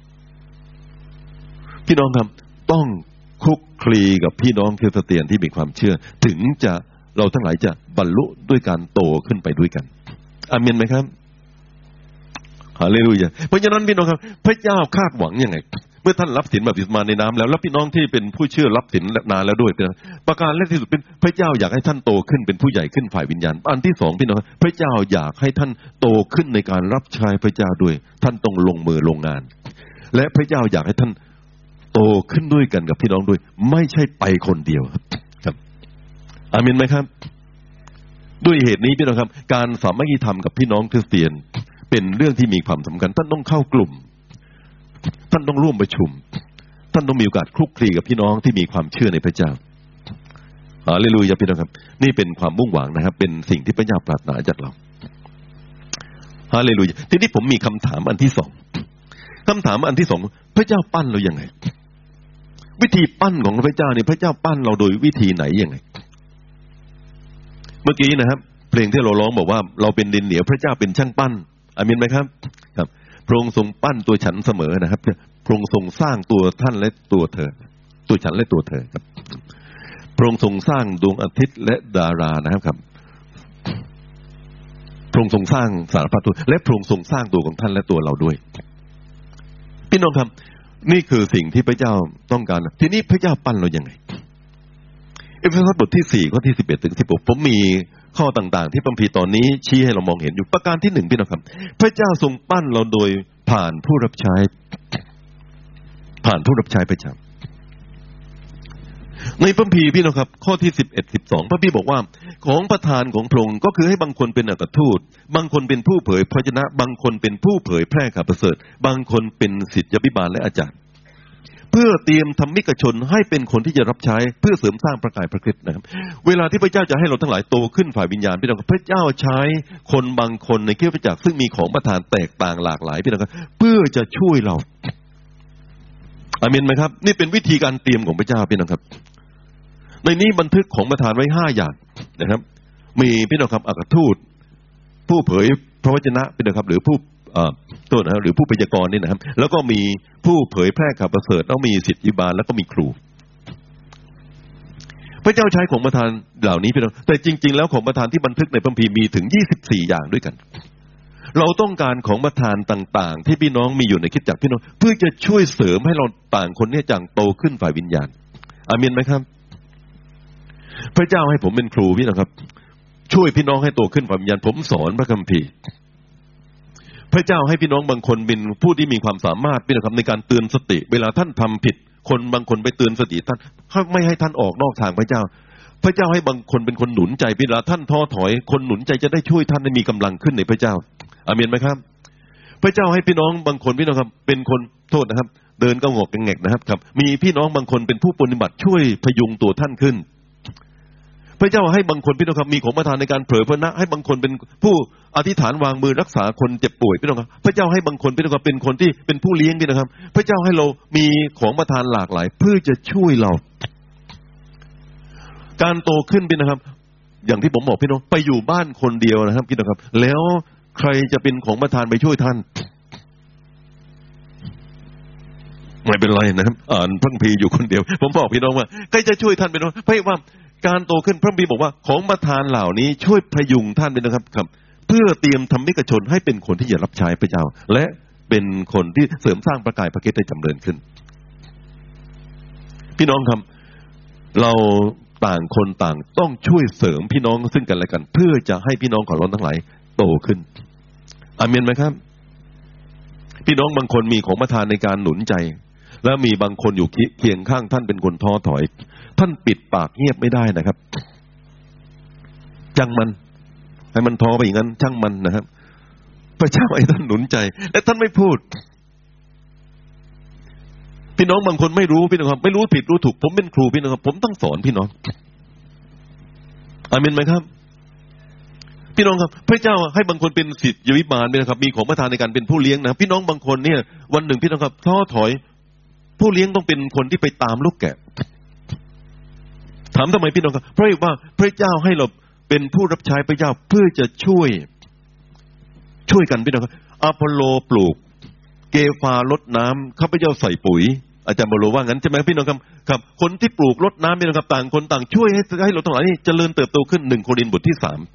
พี่น้องครับต้องคลุกคลีกับพี่น้องคริสเตียนที่มีความเชื่อถึงจะเราทั้งหลายจะบรรลุด้วยการโตขึ้นไปด้วยกันอาเมนไหมครับฮาเลลูยาเพราะฉะนั้นพี่น้องครับพระเจ้าคาดหวังยังไงเมื่อท่านรับศีลบัพติศมาในน้ำแล้วแล้วพี่น้องที่เป็นผู้เชื่อรับศีลนานแล้วด้วยประการแรกที่สุดเป็นพระเจ้าอยากให้ท่านโตขึ้นเป็นผู้ใหญ่ขึ้นฝ่ายวิญญาณอันที่สองพี่น้องพระเจ้าอยากให้ท่านโตขึ้นในการรับใช้พระเจ้าด้วยท่านต้องลงมือลงงานและพระเจ้าอยากให้ท่านโตขึ้นด้วยกันกับพี่น้องด้วยไม่ใช่ไปคนเดียวครับอาเมนไหมครับด้วยเหตุนี้พี่น้องครับการสามัคคีธรรมกับพี่น้องคริสเตียนเป็นเรื่องที่มีความสำคัญท่านต้องเข้ากลุ่มท่านต้องร่วมประชุมท่านต้องมีโอกาสคลุกคลีกับพี่น้องที่มีความเชื่อในพระเจ้าฮาเลลูยาพี่น้องครับนี่เป็นความมุ่งหวังนะครับเป็นสิ่งที่พระเจ้าปรารถนาจากเราฮาเลลูยาทีนี้ผมมีคำถามอันที่สองคำถามอันที่สองพระเจ้าปั้นเราอย่างไงวิธีปั้นของพระเจ้าเนี่ยพระเจ้าปั้นเราโดยวิธีไหนยังไงเมื่อกี้นะครับเพลงที่เราร้องบอกว่าเราเป็นดินเหนียวพระเจ้าเป็นช่างปั้นอาเมนไหมครับครับพระองค์ทรงปั้นตัวฉันเสมอนะครับพระองค์ทรงสร้างตัวท่านและตัวเธอตัวฉันและตัวเธอครับพระองค์ทรงสร้างดวงอาทิตย์และดารานะครับพระองค์ทรงสร้างสารพัดตัวและพระองค์ทรงสร้างตัวของท่านและตัวเราด้วยพี่น้องครับนี่คือสิ่งที่พระเจ้าต้องการทีนี้พระเจ้าปั้นเราอย่างไงเอเฟซัสบทที่สี่ข้อที่สิบเอ็ดถึงสิบหกผมมีข้อต่างๆที่พระคัมภีร์ตอนนี้ชี้ให้เรามองเห็นอยู่ประการที่หนึ่งพี่น้องครับพระเจ้าทรงปั้นเราโดยผ่านผู้รับใช้ผ่านผู้รับใช้พระเจ้าในพระคัมภีร์พี่น้องครับข้อที่สิบเอ็ดสิบสองพระพี่บอกว่าของประทานของพระองค์ก็คือให้บางคนเป็นอัครทูตบางคนเป็นผู้เผยพระวจนะบางคนเป็นผู้เผยแพร่ข่าวประเสริฐบางคนเป็นศิษยาภิบาลและอาจารย์เพื่อเตรียมธรรมิกชนให้เป็นคนที่จะรับใช้เพื่อเสริมสร้างประกายพระคริสต์นะครับเวลาที่พระเจ้าจะให้เราทั้งหลายโตขึ้นฝ่ายวิญญาณพี่น้องครับพระเจ้าใช้คนบางคนในคริสตจักรซึ่งมีของประทานแตกต่างหลากหลายพี่น้องครับเพื่อจะช่วยเราอาเมนไหมครับนี่เป็นวิธีการเตรียมของพระเจ้าพี่น้องครับในนี้บันทึกของประทานไว้ห้าอย่างนะครับมีพี่น้องครับอัครทูตผู้เผยพระวจนะพี่น้องครับหรือผู้โทษนะครับหรือผู้พยากรณ์นี่นะครับแล้วก็มีผู้เผยแพร่ข่าวประเสริฐแล้วมีศิษยิบาลแล้วก็มีครูพระเจ้าใช้ของประทานเหล่านี้พี่น้องแต่จริงๆแล้วของประทานที่บันทึกในพระคัมภีร์มีถึงยี่สิบสี่อย่างด้วยกันเราต้องการของประทานต่างๆที่พี่น้องมีอยู่ในคริสตจักรพี่น้องเพื่อจะช่วยเสริมให้เราต่างคนเนี่ยจังโตขึ้นฝ่ายวิญญาณอาเมนไหมครับพระเจ้าให้ผมเป็นครูพี่น้องครับช่วยพี่น้องให้โตขึ้นฝ่ายวิญญาณผมสอนพระคัมภีร์พระเจ้าให้พี่น้องบางคนเป็นผู้ที่มีความสามารถพี่น้องครับในการเตือนสติเวลาท่านทำผิดคนบางคนไปเตือนสติท่านไม่ให้ท่านออกนอกทางพระเจ้าพระเจ้าให้บางคนเป็นคนหนุนใจเวลาท่านท้อถอยคนหนุนใจจะได้ช่วยท่านให้มีกำลังขึ้นในพระเจ้าอาเมนไหมครับพระเจ้าให้พี่น้องบางคนพี่น้องครับเป็นคนโทษนะครับเดินก็งอกแงกนะครับครับมีพี่น้องบางคนเป็นผู้ปฏิบัติช่วยพยุงตัวท่านขึ้นพระเจ้าให้บางคนพี่น้องครับมีของประทานในการเผยพระวจนะให้บางคนเป็นผู้อธิษฐานวางมือรักษาคนเจ็บป่วยพี่น้องครับพระเจ้าให้บางคนพี่น้องครับเป็นคนที่เป็นผู้เลี้ยงพี่น้องครับพระเจ้าให้เรามีของประทานหลากหลายเพื่อจะช่วยเราการโตขึ้นพี่น้องครับอย่างที่ผมบอกพี่น้องไปอยู่บ้านคนเดียวนะครับพี่น้องครับแล้วใครจะเป็นของประทานไปช่วยท่านไม่เป็นไรนะครับอ่านพระคัมภีร์อยู่คนเดียวผมบอกพี่น้องว่าใครจะช่วยท่านพี่น้องเพราะว่าการโตขึ้นพระคัมภีร์บอกว่าของประทานเหล่านี้ช่วยพยุงท่านด้วยนะครับครับเพื่อเตรียมธรรมิกชนให้เป็นคนที่จะรับใช้พระเจ้าและเป็นคนที่เสริมสร้างประกายพระคริสต์ให้จำเริญขึ้นพี่น้องครับเราต่างคนต่างต้องช่วยเสริมพี่น้องซึ่งกันและกันเพื่อจะให้พี่น้องของเราทั้งหลายโตขึ้นอาเมนไหมครับพี่น้องบางคนมีของประทานในการหนุนใจและมีบางคนอยู่เคียงข้างท่านเป็นคนท้อถอยท่านปิดปากเงียบไม่ได้นะครับจังมันให้มันท้อไปอย่างนั้นช่างมันนะครับพระเจ้าให้ท่านหนุนใจและท่านไม่พูดพี่น้องบางคนไม่รู้พี่น้องครับไม่รู้ผิดรู้ถูกผมเป็นครูพี่น้องครับผมต้องสอนพี่น้องอาเมนไหมครับพี่น้องครับพระเจ้าให้บางคนเป็นศิษยาภิบาลนะครับมีของประทานในการเป็นผู้เลี้ยงนะพี่น้องบางคนเนี่ยวันหนึ่งพี่น้องครับท้อถอยผู้เลี้ยงต้องเป็นคนที่ไปตามลูกแกะถามทำไมพี่น้องครับเพราะว่าพระเจ้าให้เราเป็นผู้รับใช้พระเจ้าเพื่อจะช่วยช่วยกันพี่น้องครับอพอลโลปลูกเกฟารดน้ำข้าพเจ้าใส่ปุ๋ยอาจารย์บโลว่างั้นใช่ไหมพี่น้องครับครับคนที่ปลูกรดน้ำพี่น้องครับต่างคนต่างช่วยให้ให้เราทั้งหลายนี่เจริญเติบโตขึ้นหนึ่งโครินธ์บทที่สาม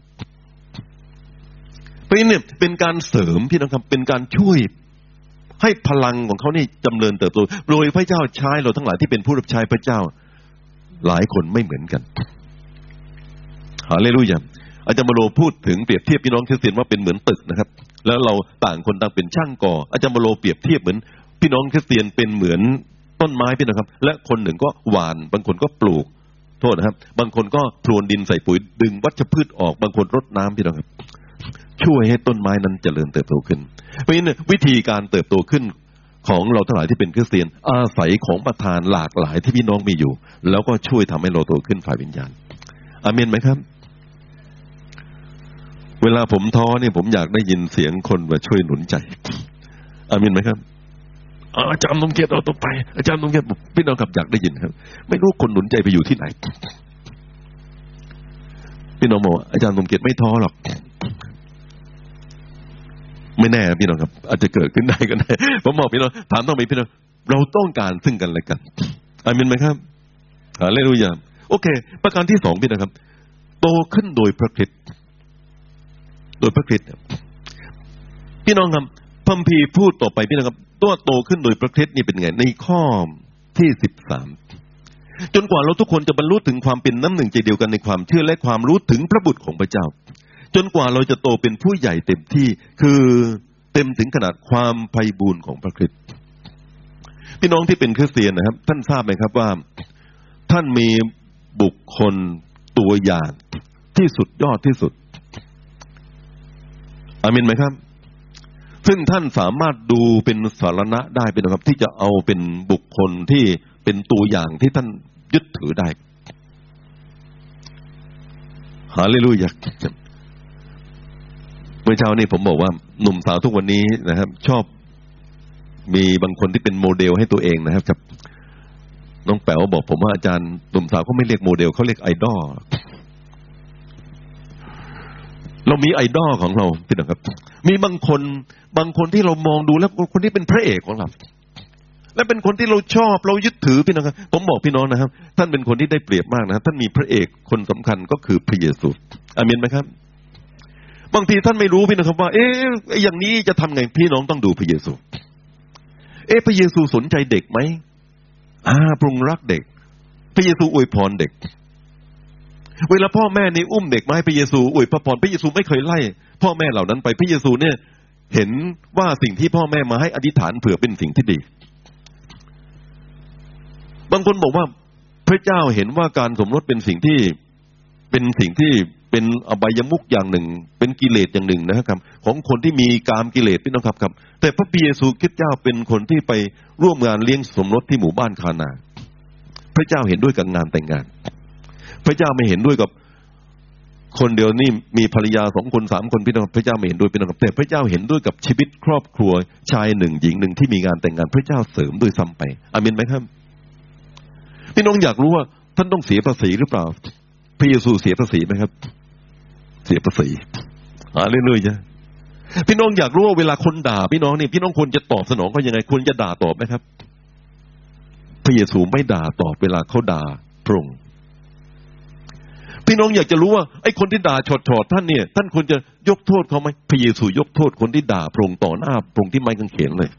เพราะฉะนั้นเนี่ยเป็นการเสริมพี่น้องครับเป็นการช่วยให้พลังของเขานี่จำเริญเติบโตโดยพระเจ้าใช้เราทั้งหลายที่เป็นผู้รับใช้พระเจ้าหลายคนไม่เหมือนกันฮาเลลูยาอาจารย์บโลพูดถึงเปรียบเทียบพี่น้องคริสเตียนว่าเป็นเหมือนตึกนะครับแล้วเราต่างคนต่างเป็นช่างก่ออาจารย์บโลเปรียบเทียบเหมือนพี่น้องคริสเตียนเป็นเหมือนต้นไม้พี่น้องครับและคนหนึ่งก็หว่านบางคนก็ปลูกโทษนะครับบางคนก็พรวนดินใส่ปุ๋ยดึงวัชพืชออกบางคนรดน้ำพี่น้องครับช่วยให้ต้นไม้นั้นเจริญเติบโตขึ้นเพราะฉะนั้นวิธีการเติบโตขึ้นของเราทั้งหลายที่เป็นคริสเตียนอาศัยของประทานหลากหลายที่พี่น้องมีอยู่แล้วก็ช่วยทำให้เราโตขึ้นฝ่ายวิญญาณอาเมนไหมครับเวลาผมท้อเนี่ยผมอยากได้ยินเสียงคนมาช่วยหนุนใจอาเมนไหมครับอาจารย์นมเกียรติเอาตัวไปอาจารย์นมเกียรติพี่น้องครับอยากได้ยินครับไม่รู้คนหนุนใจไปอยู่ที่ไหนพี่น้องบอกอาจารย์นมเกียรติไม่ท้อหรอกไม่แน่พี่น้องครับอาจจะเกิดขึ้นได้ก็ได้ผมบอกพี่น้องถามต้องไปพี่น้องเราต้องการซึ่งกันและกันอาเมนไหมครับฮาเลลูยาโอเคประการที่สองพี่นะครับโตขึ้นโดยพระคริสต์โดยพระคริสต์พี่น้องครับพระคัมภีร์พูดต่อไปพี่นะครับตัวโตขึ้นโดยพระคริสต์นี่เป็นไงในข้อที่สิบสามจนกว่าเราทุกคนจะบรรลุถึงความเป็นน้ำหนึ่งใจเดียวกันในความเชื่อและความรู้ถึงพระบุตรของพระเจ้าจนกว่าเราจะโตเป็นผู้ใหญ่เต็มที่คือเต็มถึงขนาดความไพบูลย์ของพระคริสต์พี่น้องที่เป็นคริสเตียนนะครับท่านทราบไหมครับว่าท่านมีบุคคลตัวอย่างที่สุดยอดที่สุดอาเมนไหมครับซึ่งท่านสามารถดูเป็นสารณะได้เป็นนะครับที่จะเอาเป็นบุคคลที่เป็นตัวอย่างที่ท่านยึดถือได้ฮาเลลูยาเมื่อเช้านี้ผมบอกว่าหนุ่มสาวทุกวันนี้นะครับชอบมีบางคนที่เป็นโมเดลให้ตัวเองนะครับกับน้องแป๋วบอกผมว่าอาจารย์หนุ่มสาวเขาไม่เรียกโมเดลเขาเรียกไอดอลเรามีไอดอลของเราพี่น้องครับมีบางคนบางคนที่เรามองดูแล้วคนนี้เป็นพระเอกของเราและเป็นคนที่เราชอบเรายึดถือพี่น้องครับผมบอกพี่น้องนะครับท่านเป็นคนที่ได้เปรียบมากนะครับท่านมีพระเอกคนสำคัญก็คือพระเยซูอาเมนไหมครับบางทีท่านไม่รู้พี่น้องครับว่าเอ๊ะอย่างนี้จะทำไงพี่น้องต้องดูพระเยซูเอ๊ะพระเยซูสนใจเด็กไหมอ่าพระองค์รักเด็กพระเยซูอวยพรเด็กเวลาพ่อแม่นี่อุ้มเด็กมาให้พระเยซูอวยพระพรพระเยซูไม่เคยไล่พ่อแม่เหล่านั้นไปพระเยซูเนี่ยเห็นว่าสิ่งที่พ่อแม่มาให้อธิษฐานเผื่อเป็นสิ่งที่ดีบางคนบอกว่าพระเจ้าเห็นว่าการสมรสเป็นสิ่งที่เป็นสิ่งที่เป็นอบายมุขอย่างหนึ่งเป็นกิเลสอย่างหนึ่งนะครับของคนที่มีกามกิเลสพี่น้องครับครับแต่พระเยซูคริสต์เจ้าเป็นคนที่ไปร่วมงานเลี้ยงสมรสที่หมู่บ้านคานาพระเจ้าเห็นด้วยกับงานแต่งงานพระเจ้าไม่เห็นด้วยกับคนเดียวนี่มีภรรยาสองคนสามคนพี่น้องพระเจ้าไม่เห็นด้วยพี่น้องแต่พระเจ้าเห็นด้วยกับชีวิตครอบครัวชายหนึ่งหญิงหนึ่งที่มีงานแต่งงานพระเจ้าเสริมด้วยซ้ำไปอาเมนไหมครับพี่น้องอยากรู้ว่าท่านต้องเสียภาษีหรือเปล่าพระเยซูเสียภาษีไหมครับเสียภาษีอ่าเรื่อยๆจ้ะพี่น้องอยากรู้ว่าเวลาคนด่าพี่น้องนี่พี่น้องควรจะตอบสนองเขายังไงควรจะด่าตอบไหมครับพระเยซูไม่ด่าตอบเวลาเขาด่าพระองค์พี่น้องอยากจะรู้ว่าไอ้คนที่ด่าฉดๆท่านเนี่ยท่านควรจะยกโทษเขาไหมพระเยซูยกโทษคนที่ด่าพระองค์ต่อหน้าพระองค์ที่ไม้กางเขนเลย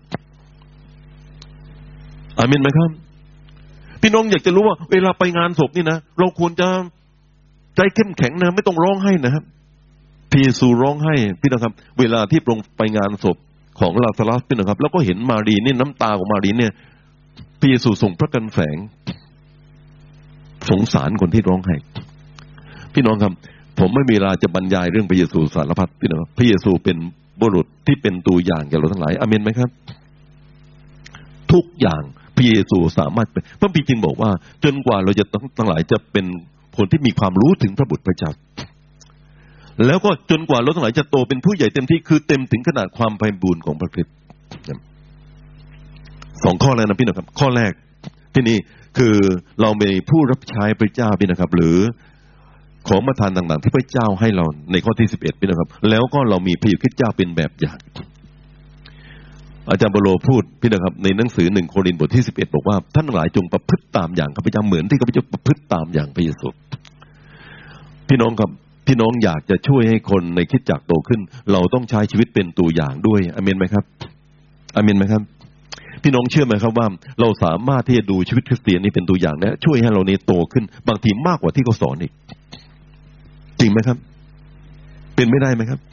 อาเมนไหมครับพี่น้องอยากจะรู้ว่าเวลาไปงานศพนี่นะเราควรจะใจเข้มแข็งนะไม่ต้องร้องไห้นะครับพระเยซูร้องไห้พี่น้องครับเวลาที่พระองค์ไปงานศพของลาซารัสพี่น้องครับแล้วก็เห็นมารีนี่น้ำตาของมารีเนี่ยพระเยซูส่งพระกันแสงสงสารคนที่ร้องไห้พี่น้องครับผมไม่มีเวลาจะบรรยายเรื่องพระเยซูสารพัดพี่น้องพระเยซูเป็นบุรุษที่เป็นตัวอย่างแก่เราทั้งหลายอาเมนไหมครับทุกอย่างพระเยซูสามารถเป็นพระบิดาจึงบอกว่าจนกว่าเราจะทั้งหลายจะเป็นคนที่มีความรู้ถึงพระบุตรพระเจ้าแล้วก็จนกว่าเราทั้งหลายจะโตเป็นผู้ใหญ่เต็มที่คือเต็มถึงขนาดความไพบูลย์ของพระคริสต์สองข้อแล้วนะพี่น้องครับข้อแรกที่นี่คือเราเป็นผู้รับใช้พระเจ้าพี่นะครับหรือของประทานต่างๆที่พระเจ้าให้เราในข้อที่สิบเอ็ดพี่นะครับแล้วก็เรามีพระเยซูคริสต์เจ้าเป็นแบบอย่างอาจารย์เปโลพูดพี่นะครับในหนังสือหนึ่งโครินธ์บทที่สิบเอ็ดบอกว่าท่านทั้งหลายจงประพฤติตามอย่างข้าพเจ้าเหมือนที่ข้าพเจ้าประพฤติตามอย่างพระเยซูพี่น้องครับพี่น้องอยากจะช่วยให้คนในคริสตจักรโตขึ้นเราต้องใช้ชีวิตเป็นตัวอย่างด้วยอาเมนไหมครับอาเมนไหมครับพี่น้องเชื่อไหมครับว่าเราสามารถที่จะดูชีวิตคริสเตียนนี้เป็นตัวอย่างและช่วยให้เรานี้โตขึ้นบางทีมากกว่าที่เขาสอนอีกจริงไหมครับเป็นไม่ได้ไหมครับ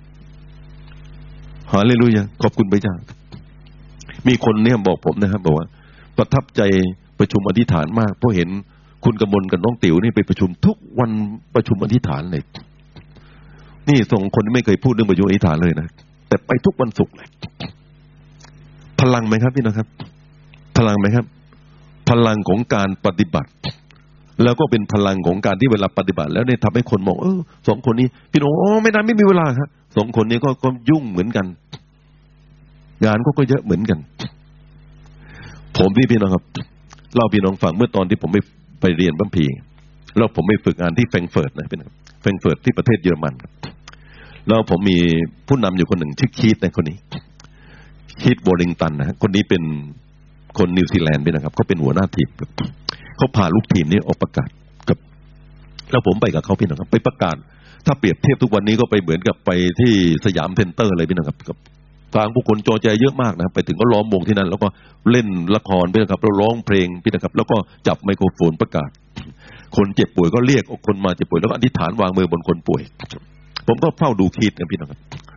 ฮาเลลูยาขอบคุณพระเจ้ามีคนเนี่ยบอกผมนะครับบอกว่าประทับใจประชุมอธิษฐานมากเพราะเห็นคุณกมลกับน้องติ๋วนี่ไปประชุมทุกวันประชุมอธิษฐานเลยนี่สองคนที่ไม่เคยพูดเรื่องประชุมอธิษฐานเลยนะแต่ไปทุกวันศุกร์เลยพลังไหมครับพี่นะครับพลังไหมครับพลังของการปฏิบัติแล้วก็เป็นพลังของการที่เวลาปฏิบัติแล้วเนี่ยทำให้คนมองเออสองคนนี้พี่น้องอ๋อไม่นานไม่มีเวลาครับสองคนนี้ก็ก็ยุ่งเหมือนกันงานก็ก็เยอะเหมือนกันผมพี่พี่น้องครับเล่าพี่น้องฟังเมื่อตอนที่ผมไปไปเรียนบัมพีแล้วผมไปฝึกงานที่แฟรงก์เฟิร์ตนะพี่น้องแฟรงก์เฟิร์ตที่ประเทศเยอรมันแล้วผมมีผู้นำอยู่คนหนึ่งชื่อคีธนะคนนี้คีธวอลลิงตันนะคนนี้เป็นคนนิวซีแลนด์ด้วยนะครับเขาเป็นหัวหน้าทีมเขาพาลูกทีมนี้ออกประกาศกับแล้วผมไปกับเขาพี่น้องครับไปประกาศถ้าเปรียบเทียบทุกวันนี้ก็ไปเหมือนกับไปที่สยามเซ็นเตอร์เลยพี่น้องครับกับฟังผู้คนจอแจเยอะมากนะไปถึงก็ล้อมวงที่นั่นแล้วก็เล่นละครพี่น้องครับแล้วร้องเพลงพี่น้องครับแล้วก็จับไมโครโฟนประกาศคนเจ็บป่วยก็เรียกคนมาเจ็บป่วยแล้วก็อธิษฐานวางมือบนคนป่วยผมก็เฝ้าดูคีดนะพี่น้องครับ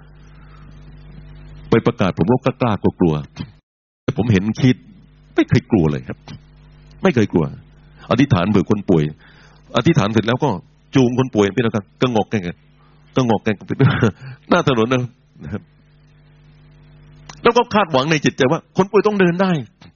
ไปประกาศผมก็กล้ากลัวแต่ผมเห็นคีดไม่เคยกลัวเลยครับไม่เคยกลัวอธิษฐานเผื่อคนป่วยอธิษฐานเสร็จแล้วก็จูงคนป่วยพี่น้องครับก็งอกแกงก็งอกแกงหน้าถนนนะครับแล้วก็คาดหวังในจิตใจว่าคนป่วยต้องเดินได้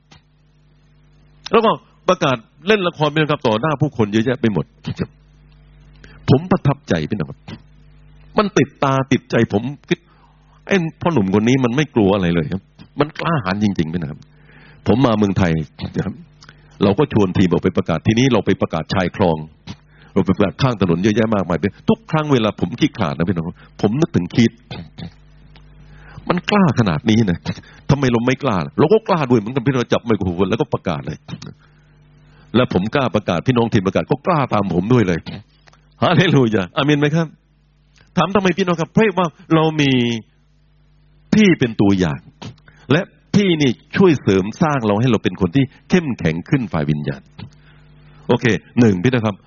แล้วก็ประกาศเล่นละครพี่น้องครับต่อหน้าผู้คนเยอะแยะไปหมดผมประทับใจพี่น้องครับมันติดตาติดใจผมคิดไอ้พ่อหนุ่มคนนี้มันไม่กลัวอะไรเลยครับมันกล้าหาญจริงๆพี่นะครับผมมาเมืองไทยนะครับเราก็ชวนทีมออกไปประกาศทีนี้เราไปประกาศชายคลองเราไปประกาศข้างถนนเยอะแยะมากมายไปทุกครั้งเวลาผมขี้ขลาดนะพี่น้องผมนึกถึงคิดมันกล้าขนาดนี้นะทำไมเราไม่กล้าเราก็กล้าด้วยเหมือนกันพี่น้องจับไมโครโฟนแล้วก็ประกาศเลยแล้วผมกล้าประกาศพี่น้องทีมประกาศก็กล้าตามผมด้วยเลยฮาเลลูยาอาเมนไหมครับถามทำไมพี่น้องครับเพราะว่าเรามีพี่เป็นตัวอย่างและพี่นี่ช่วยเสริมสร้างเราให้เราเป็นคนที่เข้มแข็งขึ้นฝ่ายวิญญาณโอเคหนึ่งพี่นะครับ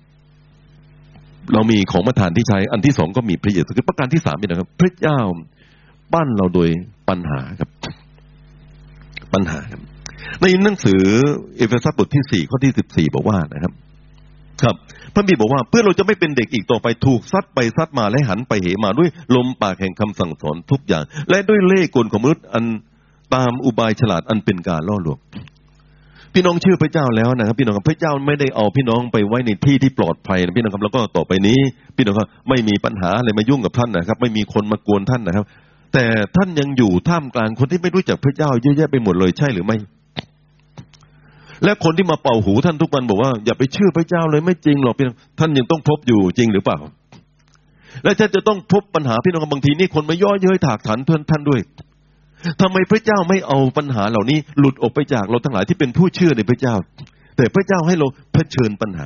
เรามีของประทานที่ใช้อันที่สองก็มีพระเยซูคือประการที่สามพี่นะครับพระเจ้าปั้นเราโดยปัญหาครับปัญหาครับในหนังสือเอเฟซัสบทที่สี่ข้อที่สิบสี่บอกว่านะครับครับพระบิดาบอกว่าเพื่อเราจะไม่เป็นเด็กอีกต่อไปถูกซัดไปซัดมาและหันไปเหมาด้วยลมปากแห่งคำสั่งสอนทุกอย่างและด้วยเล่ห์กลของมนุษย์อันตามอุบายฉลาดอันเป็นการล่อลวงพี่น้องเชื่อพระเจ้าแล้วนะครับพี่น้องครับพระเจ้าไม่ได้เอาพี่น้องไปไว้ในที่ที่ปลอดภัยนะพี่น้องครับแล้วก็ต่อไปนี้พี่น้องครับไม่มีปัญหาอะไรมายุ่งกับท่านนะครับไม่มีคนมากวนท่านนะครับแต่ท่านยังอยู่ท่ามกลางคนที่ไม่รู้จักพระเจ้าเยอะแยะไปหมดเลยใช่หรือไม่และคนที่มาเป่าหูท่านทุกวันบอกว่าอย่าไปเชื่อพระเจ้าเลยไม่จริงหรอกพี่น้องท่านยังต้องพบอยู่จริงหรือเปล่าและท่านจะต้องพบปัญหาพี่น้องบางทีนี่คนมาย่อเย้ยถากถางท่านท่านด้วยทำไมพระเจ้าไม่เอาปัญหาเหล่านี้หลุดออกไปจากเราทั้งหลายที่เป็นผู้เชื่อในพระเจ้าแต่พระเจ้าให้เราเผชิญปัญหา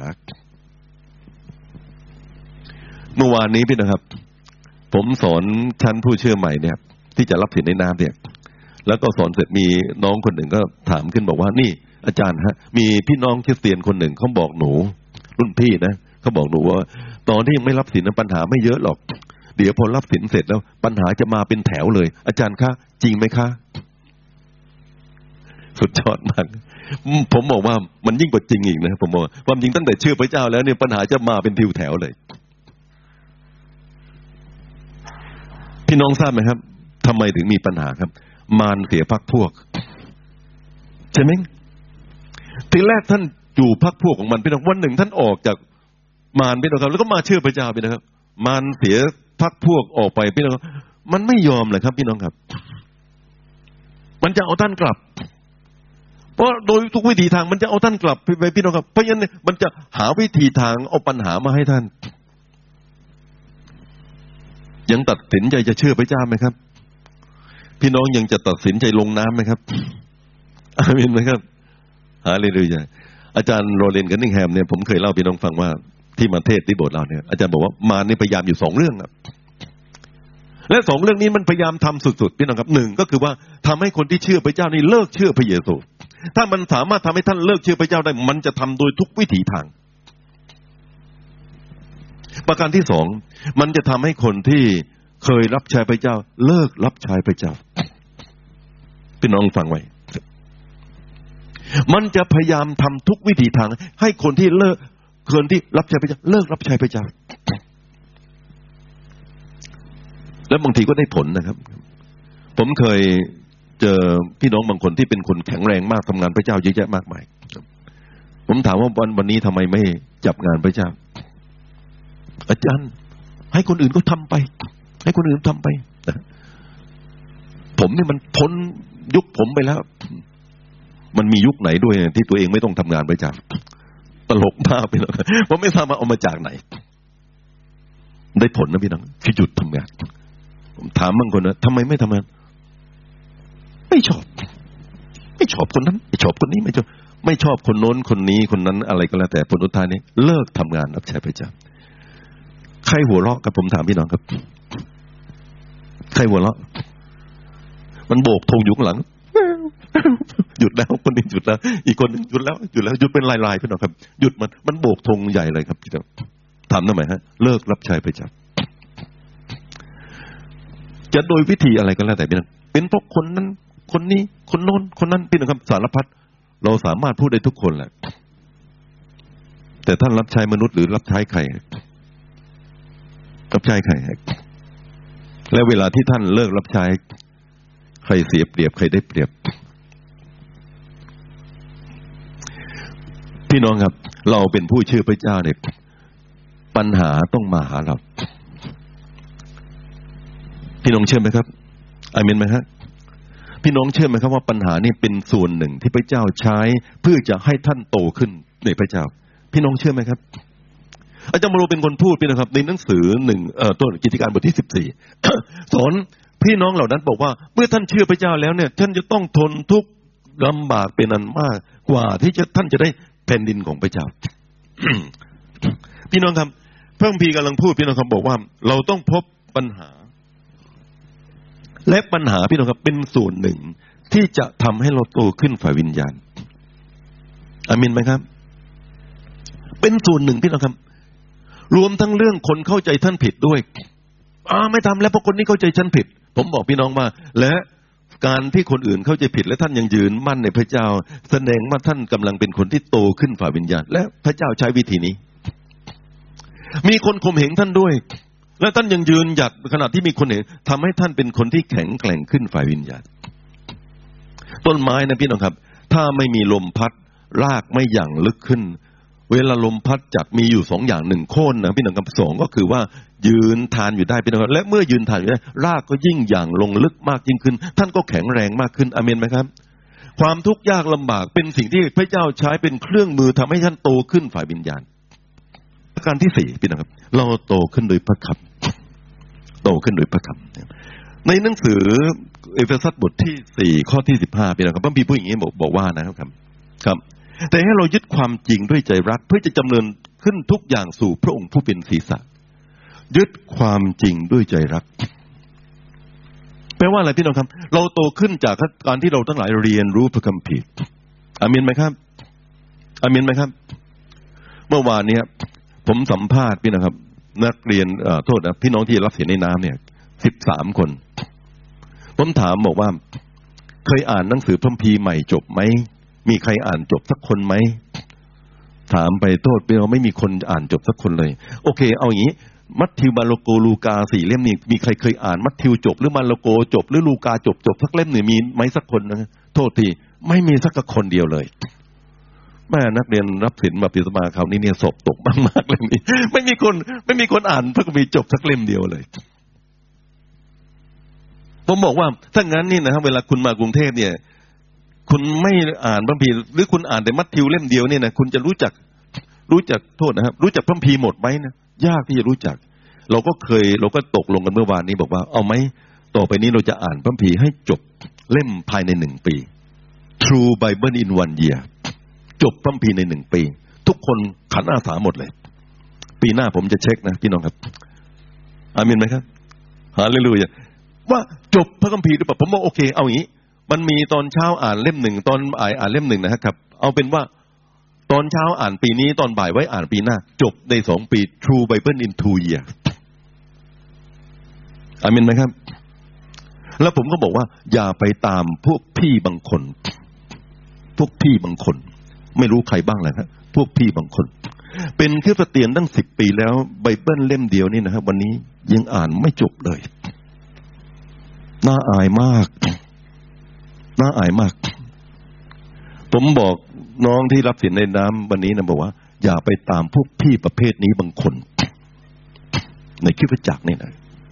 เมื่อวานนี้พี่นะครับผมสอนชั้นผู้เชื่อใหม่เนี่ยที่จะรับสินในน้ำเนี่ยแล้วก็สอนเสร็จมีน้องคนหนึ่งก็ถามขึ้นบอกว่านี่อาจารย์ฮะมีพี่น้องคริสเตียนคนหนึ่งเขาบอกหนูรุ่นพี่นะเขาบอกหนูว่าตอนที่ยังไม่รับสินปัญหาไม่เยอะหรอกเดี๋ยวพอรับสินเสร็จแล้วปัญหาจะมาเป็นแถวเลยอาจารย์คะจริงไหมคะสุดยอดมากผมบอกว่ามันยิ่งกว่าจริงอีกนะผมบอกความจริงตั้งแต่เชื่อพระเจ้าแล้วเนี่ยปัญหาจะมาเป็นทิวแถวเลยพี่น้องทราบไหมครับทำไมถึงมีปัญหาครับมารเสียพรรคพวกใช่ไหมทีแรกท่านอยู่พรรคพวกของมันพี่น้องวันหนึ่งท่านออกจากมารพี่น้องครับแล้วก็มาเชื่อพระเจ้าพี่น้องครับมารเสียพรรคพวกออกไปพี่น้องมันไม่ยอมเลยครับพี่น้องครับมันจะเอาท่านกลับเพราะโดยทุกวิธีทางมันจะเอาท่านกลับไปพี่น้องครับเพราะฉะนั้นมันจะหาวิธีทางเอาปัญหามาให้ท่านยังตัดสินใจจะเชื่อพระเจ้าไหมครับพี่น้องยังจะตัดสินใจลงน้ำไหมครับอาเมนไหมครับฮาเลลูยาอาจารย์โรเลนกันนิงแฮมเนี่ยผมเคยเล่าพี่น้องฟังว่าที่มาเทศที่โบสถ์เราเนี่ยอาจารย์บอกว่ามารนี่พยายามอยู่สองเรื่องครับและสองเรื่องนี้มันพยายามทำสุดๆพี่น้องครับหนึ่งก็คือว่าทำให้คนที่เชื่อพระเจ้านี่เลิกเชื่อพระเยซูถ้ามันสามารถทำให้ท่านเลิกเชื่อพระเจ้าได้มันจะทำโดยทุกวิถีทางประการที่สองมันจะทำให้คนที่เคยรับใช้พระเจ้าเลิกรับใช้พระเจ้าพี่น้องฟังไว้มันจะพยายามทำทุกวิถีทางให้คนที่เลิกคนที่รับใช้พระเจ้าเลิกรับใช้พระเจ้าแล้วบางทีก็ได้ผลนะครับผมเคยเจอพี่น้องบางคนที่เป็นคนแข็งแรงมากทำงานพระเจ้าเยอะแยะมากมายผมถามว่าวันวันนี้ทำไมไม่จับงานพระเจ้าอาจารย์ให้คนอื่นก็ทำไปให้คนอื่นทำไปผมนี่มันพ้นยุคผมไปแล้วมันมียุคไหนด้วยที่ตัวเองไม่ต้องทำงานพระเจ้าตลกมากไปเลยผมไม่ทราบว่าเอามาจากไหนได้ผลนะพี่น้องคือหยุดทำงานผมถามบางคนนะทำไมไม่ทำงานไม่ชอบไม่ไม่ชอบคนนั้นไม่ชอบคนนี้ไม่ชอบไม่ชอบคนโน้นคนนี้คนนั้นอะไรก็แล้วแต่ผลสุดท้ายนี้เลิกทำงานรับใช้พระเจ้าใครหัวเราะกับผมถามพี่น้องครับใครหัวเราะมันโบกธงอยู่ข้างหลังหยุดแล้วคนนี้หยุดแล้วอีกคนนึงหยุดแล้วหยุดแล้วหยุดเป็นลายๆพี่น้องครับหยุดมันมันโบกธงใหญ่เลยครับพี่น้องถามทำไมฮะเลิกรับใช้พระเจ้าจะโดยวิธีอะไรก็แล้วแต่พี่น้องเป็นเพราะคนนั้นคนนี้คนโน้นคนนั้นพี่น้องครับสารพัดเราสามารถพูดได้ทุกคนแหละแต่ท่านรับใช้มนุษย์หรือรับใช้ใครรับใช้ใครและเวลาที่ท่านเลิกรับใช้ใครเสียเปรียบใครได้เปรียบพี่น้องครับเราเป็นผู้เชื่อพระเจ้าเนี่ยปัญหาต้องมาหาเราพี่น้องเชื่อไหมครับอาเมนไหมฮะพี่น้องเชื่อไหมครับว่าปัญหานี่เป็นส่วนหนึ่งที่พระเจ้าใช้เพื่อจะให้ท่านโตขึ้นในพระเจ้าพี่น้องเชื่อไหมครับอาจารย์มโรเป็นคนพูดพี่นะครับในหนังสือหนึ่งเอ่อต้นกิจการบทที่สิบสี่ สอนพี่น้องเหล่านั้นบอกว่าเมื่อท่านเชื่อพระเจ้าแล้วเนี่ยท่านจะต้องทนทุกข์ลำบากเป็นอันมากกว่าที่จะท่านจะได้แผ่นดินของพระเจ้า พี่น้องครับพระคัมภีร์กำลังพูดพี่น้องครับบอกว่าเราต้องพบปัญหาและปัญหาพี่น้องครับเป็นส่วนหนึ่งที่จะทำให้เราโตขึ้นฝ่ายวิญญาณอามินไหมครับเป็นส่วนหนึ่งพี่น้องครับรวมทั้งเรื่องคนเข้าใจท่านผิดด้วยอ่าไม่ทำแล้วเพราะคนนี้เข้าใจฉันผิดผมบอกพี่น้องว่าและการที่คนอื่นเข้าใจผิดและท่านยังยืนมั่นในพระเจ้าแสดงว่าท่านกำลังเป็นคนที่โตขึ้นฝ่ายวิญญาณและพระเจ้าใช้วิธีนี้มีคนข่มเหงท่านด้วยและท่านยังยืนหยัดขณะที่มีคนเห็นทำให้ท่านเป็นคนที่แข็งแกร่งขึ้นฝ่ายวิญญาณต้นไม้นะพี่น้องครับถ้าไม่มีลมพัดรากไม่หยั่งลึกขึ้นเวลาลมพัดจัดมีอยู่สองอย่างหนึ่งโค่นนะพี่น้องครับสองก็คือว่ายืนทานอยู่ได้พี่น้องครับและเมื่อยืนทานอยู่ได้รากก็ยิ่งหยั่งลงลึกมากยิ่งขึ้นท่านก็แข็งแรงมากขึ้นอาเมนไหมครับความทุกข์ยากลำบากเป็นสิ่งที่พระเจ้าใช้เป็นเครื่องมือทำให้ท่านโตขึ้นฝ่ายวิญญาณประการที่สี่พี่น้องครับเราโตขึ้นโดยพระคำโตขึ้นโดยพระคำในหนังสือเอเฟซัสบทที่สี่ข้อที่สิบห้าพี่น้องครับพระคัมภีร์พูดอย่างนี้บอกบอกว่านะครับครับแต่ให้เรายึดความจริงด้วยใจรักเพื่อจะจำเนินขึ้นทุกอย่างสู่พระองค์ผู้เป็นศีรษะยึดความจริงด้วยใจรักแปลว่าอะไรพี่น้องครับเราโตขึ้นจากการที่เราทั้งหลายเรียนรู้พระคัมภีร์อาเมนไหมครับอาเมนไหมครับเมื่อวานนี้ผมสัมภาษณ์พี่นะครับนักเรียนเอ่อโทษนะพี่น้องที่รับเสียในน้ำเนี่ยสิบสามคนผมถามบอกว่าเคยอ่านหนังสือพระคัมภีร์ใหม่จบไหมมีใครอ่านจบสักคนไหมถามไปโทษไปเราไม่มีคนอ่านจบสักคนเลยโอเคเอาอย่างนี้มัทธิวมาระโกลูกาสี่เล่มนี่มีใครเคยอ่านมัทธิวจบหรือมาระโกจบหรือลูกาจบจบสักเล่มหนึ่งมีไหมสักคนนะโทษทีไม่มีสักคนเดียวเลยแม่นักเรียนรับศิลป์บัพติศมาคราวนี้เนี่ยสอบตกมากๆเลยนี่ไม่มีคนไม่มีคนอ่านพระคัมภีร์จบสักเล่มเดียวเลยผมบอกว่าถ้างั้นนี่นะครับเวลาคุณมากรุงเทพเนี่ยคุณไม่อ่านพระคัมภีร์หรือคุณอ่านแต่มัทธิวเล่มเดียวเนี่ยนะคุณจะรู้จักรู้จักโทษนะครับรู้จักพระคัมภีร์หมดไหมนะยากที่จะรู้จักเราก็เคยเราก็ตกลงกันเมื่อวานนี้บอกว่าเอาไหมต่อไปนี้เราจะอ่านพระคัมภีร์ให้จบเล่มภายในหนึ่งปี True Bible in one year จบพระคัมภีร์ในหนึ่งปีทุกคนขันอาสาหมดเลยปีหน้าผมจะเช็คนะพี่น้องครับอาเมนไหมครับฮาเลลูยาว่าจบพระคัมภีร์หรือเปล่าผมบอกโอเคเอาอย่างนี้มันมีตอนเช้าอ่านเล่มหนึ่งตอนบ่ายอ่านเล่มหนึ่งนะครับเอาเป็นว่าตอนเช้าอ่านปีนี้ตอนบ่ายไว้อ่านปีหน้าจบในสองปี True Bible in two years อาเมนไหมครับแล้วผมก็บอกว่าอย่าไปตามพวกพี่บางคนพวกพี่บางคนไม่รู้ใครบ้างแหละครับพวกพี่บางคนเป็นคริสเตียนตั้งสิบปีแล้วไบเบิลเล่มเดียวนี่นะครับวันนี้ยังอ่านไม่จบเลยน่าอายมากน่าอายมากผมบอกน้องที่รับศีลในน้ำวันนี้นะบอกว่าอย่าไปตามพวกพี่ประเภทนี้บางคนในคริสตจักรนี่นะ